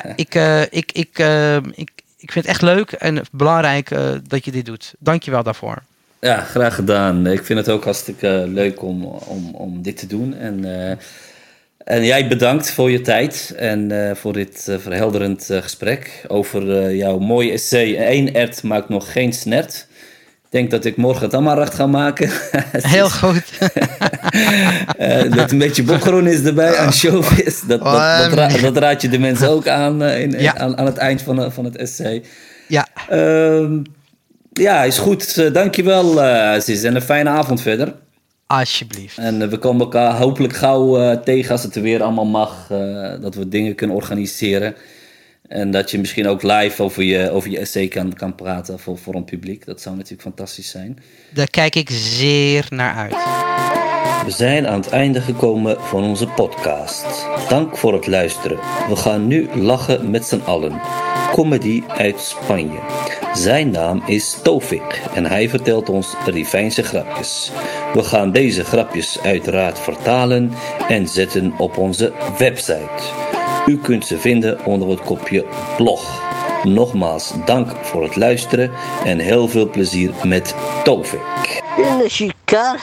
Ik vind het echt leuk en belangrijk dat je dit doet. Dank je wel daarvoor. Ja, graag gedaan. Ik vind het ook hartstikke leuk om dit te doen. En jij bedankt voor je tijd en voor dit verhelderend gesprek over jouw mooie essay. 1 ert maakt nog geen snert. denk dat ik morgen het allemaal recht ga maken. Heel goed. Dat een beetje bokgroen is erbij, ansjovis. Dat raad je de mensen ook aan aan het eind van het essay. Ja. Ja, is goed. Dankjewel, Aziz. En een fijne avond verder. Alsjeblieft. En we komen elkaar hopelijk gauw tegen als het er weer allemaal mag. Dat we dingen kunnen organiseren. En dat je misschien ook live over je essay kan praten voor een publiek. Dat zou natuurlijk fantastisch zijn. Daar kijk ik zeer naar uit. We zijn aan het einde gekomen van onze podcast. Dank voor het luisteren. We gaan nu lachen met z'n allen. Comedy uit Spanje. Zijn naam is Tofik en hij vertelt ons Rivijnse grapjes. We gaan deze grapjes uiteraard vertalen en zetten op onze website. U kunt ze vinden onder het kopje blog. Nogmaals dank voor het luisteren en heel veel plezier met Tofik. إن شكار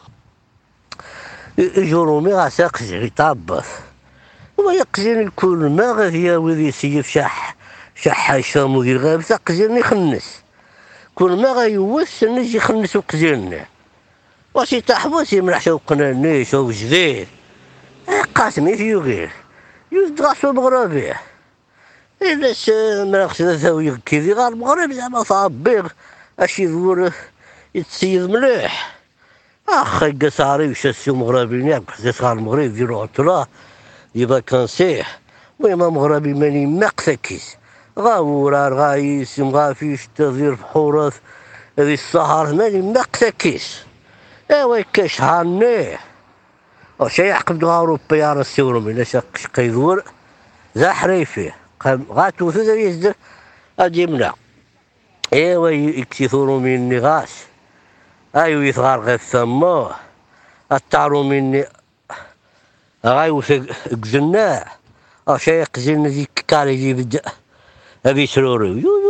يجرمي غاساق زعي طابط ويقزن يكون ما غادي وذي سيف شح هشام وذي الغاب تقزن يخنس كل ما غيوس نجي يخنس وقزن واشي تحبس يمنح شوقنا نيش وجدير قاسمي في غير يدغسو بغرابي إذا ما خصنا ثاوي كيدي غير المغرب زعما صابيغ اشي ذور يتسيد مليح اخي قصاري وشاسيو مغربي ياك حسيت غير المغرب يديرو عطلة يبقى كنصيح ويما مغربي ماني مقتكيس غاورار غايس مغافيش تدير بحورات هذي السهر ماني مقتكيس ايوا كاش هانيه وشي يعقب اوروبا يا رسولو من شق قيدور زحري فيه غاتو ثلاثة يزدر اجيبنا ايوا يكثروا مني غاس ايوا يثغر غير ثما التعرو مني غايو قزنا شي قزنا ذيك كاري يجيب ابي سروري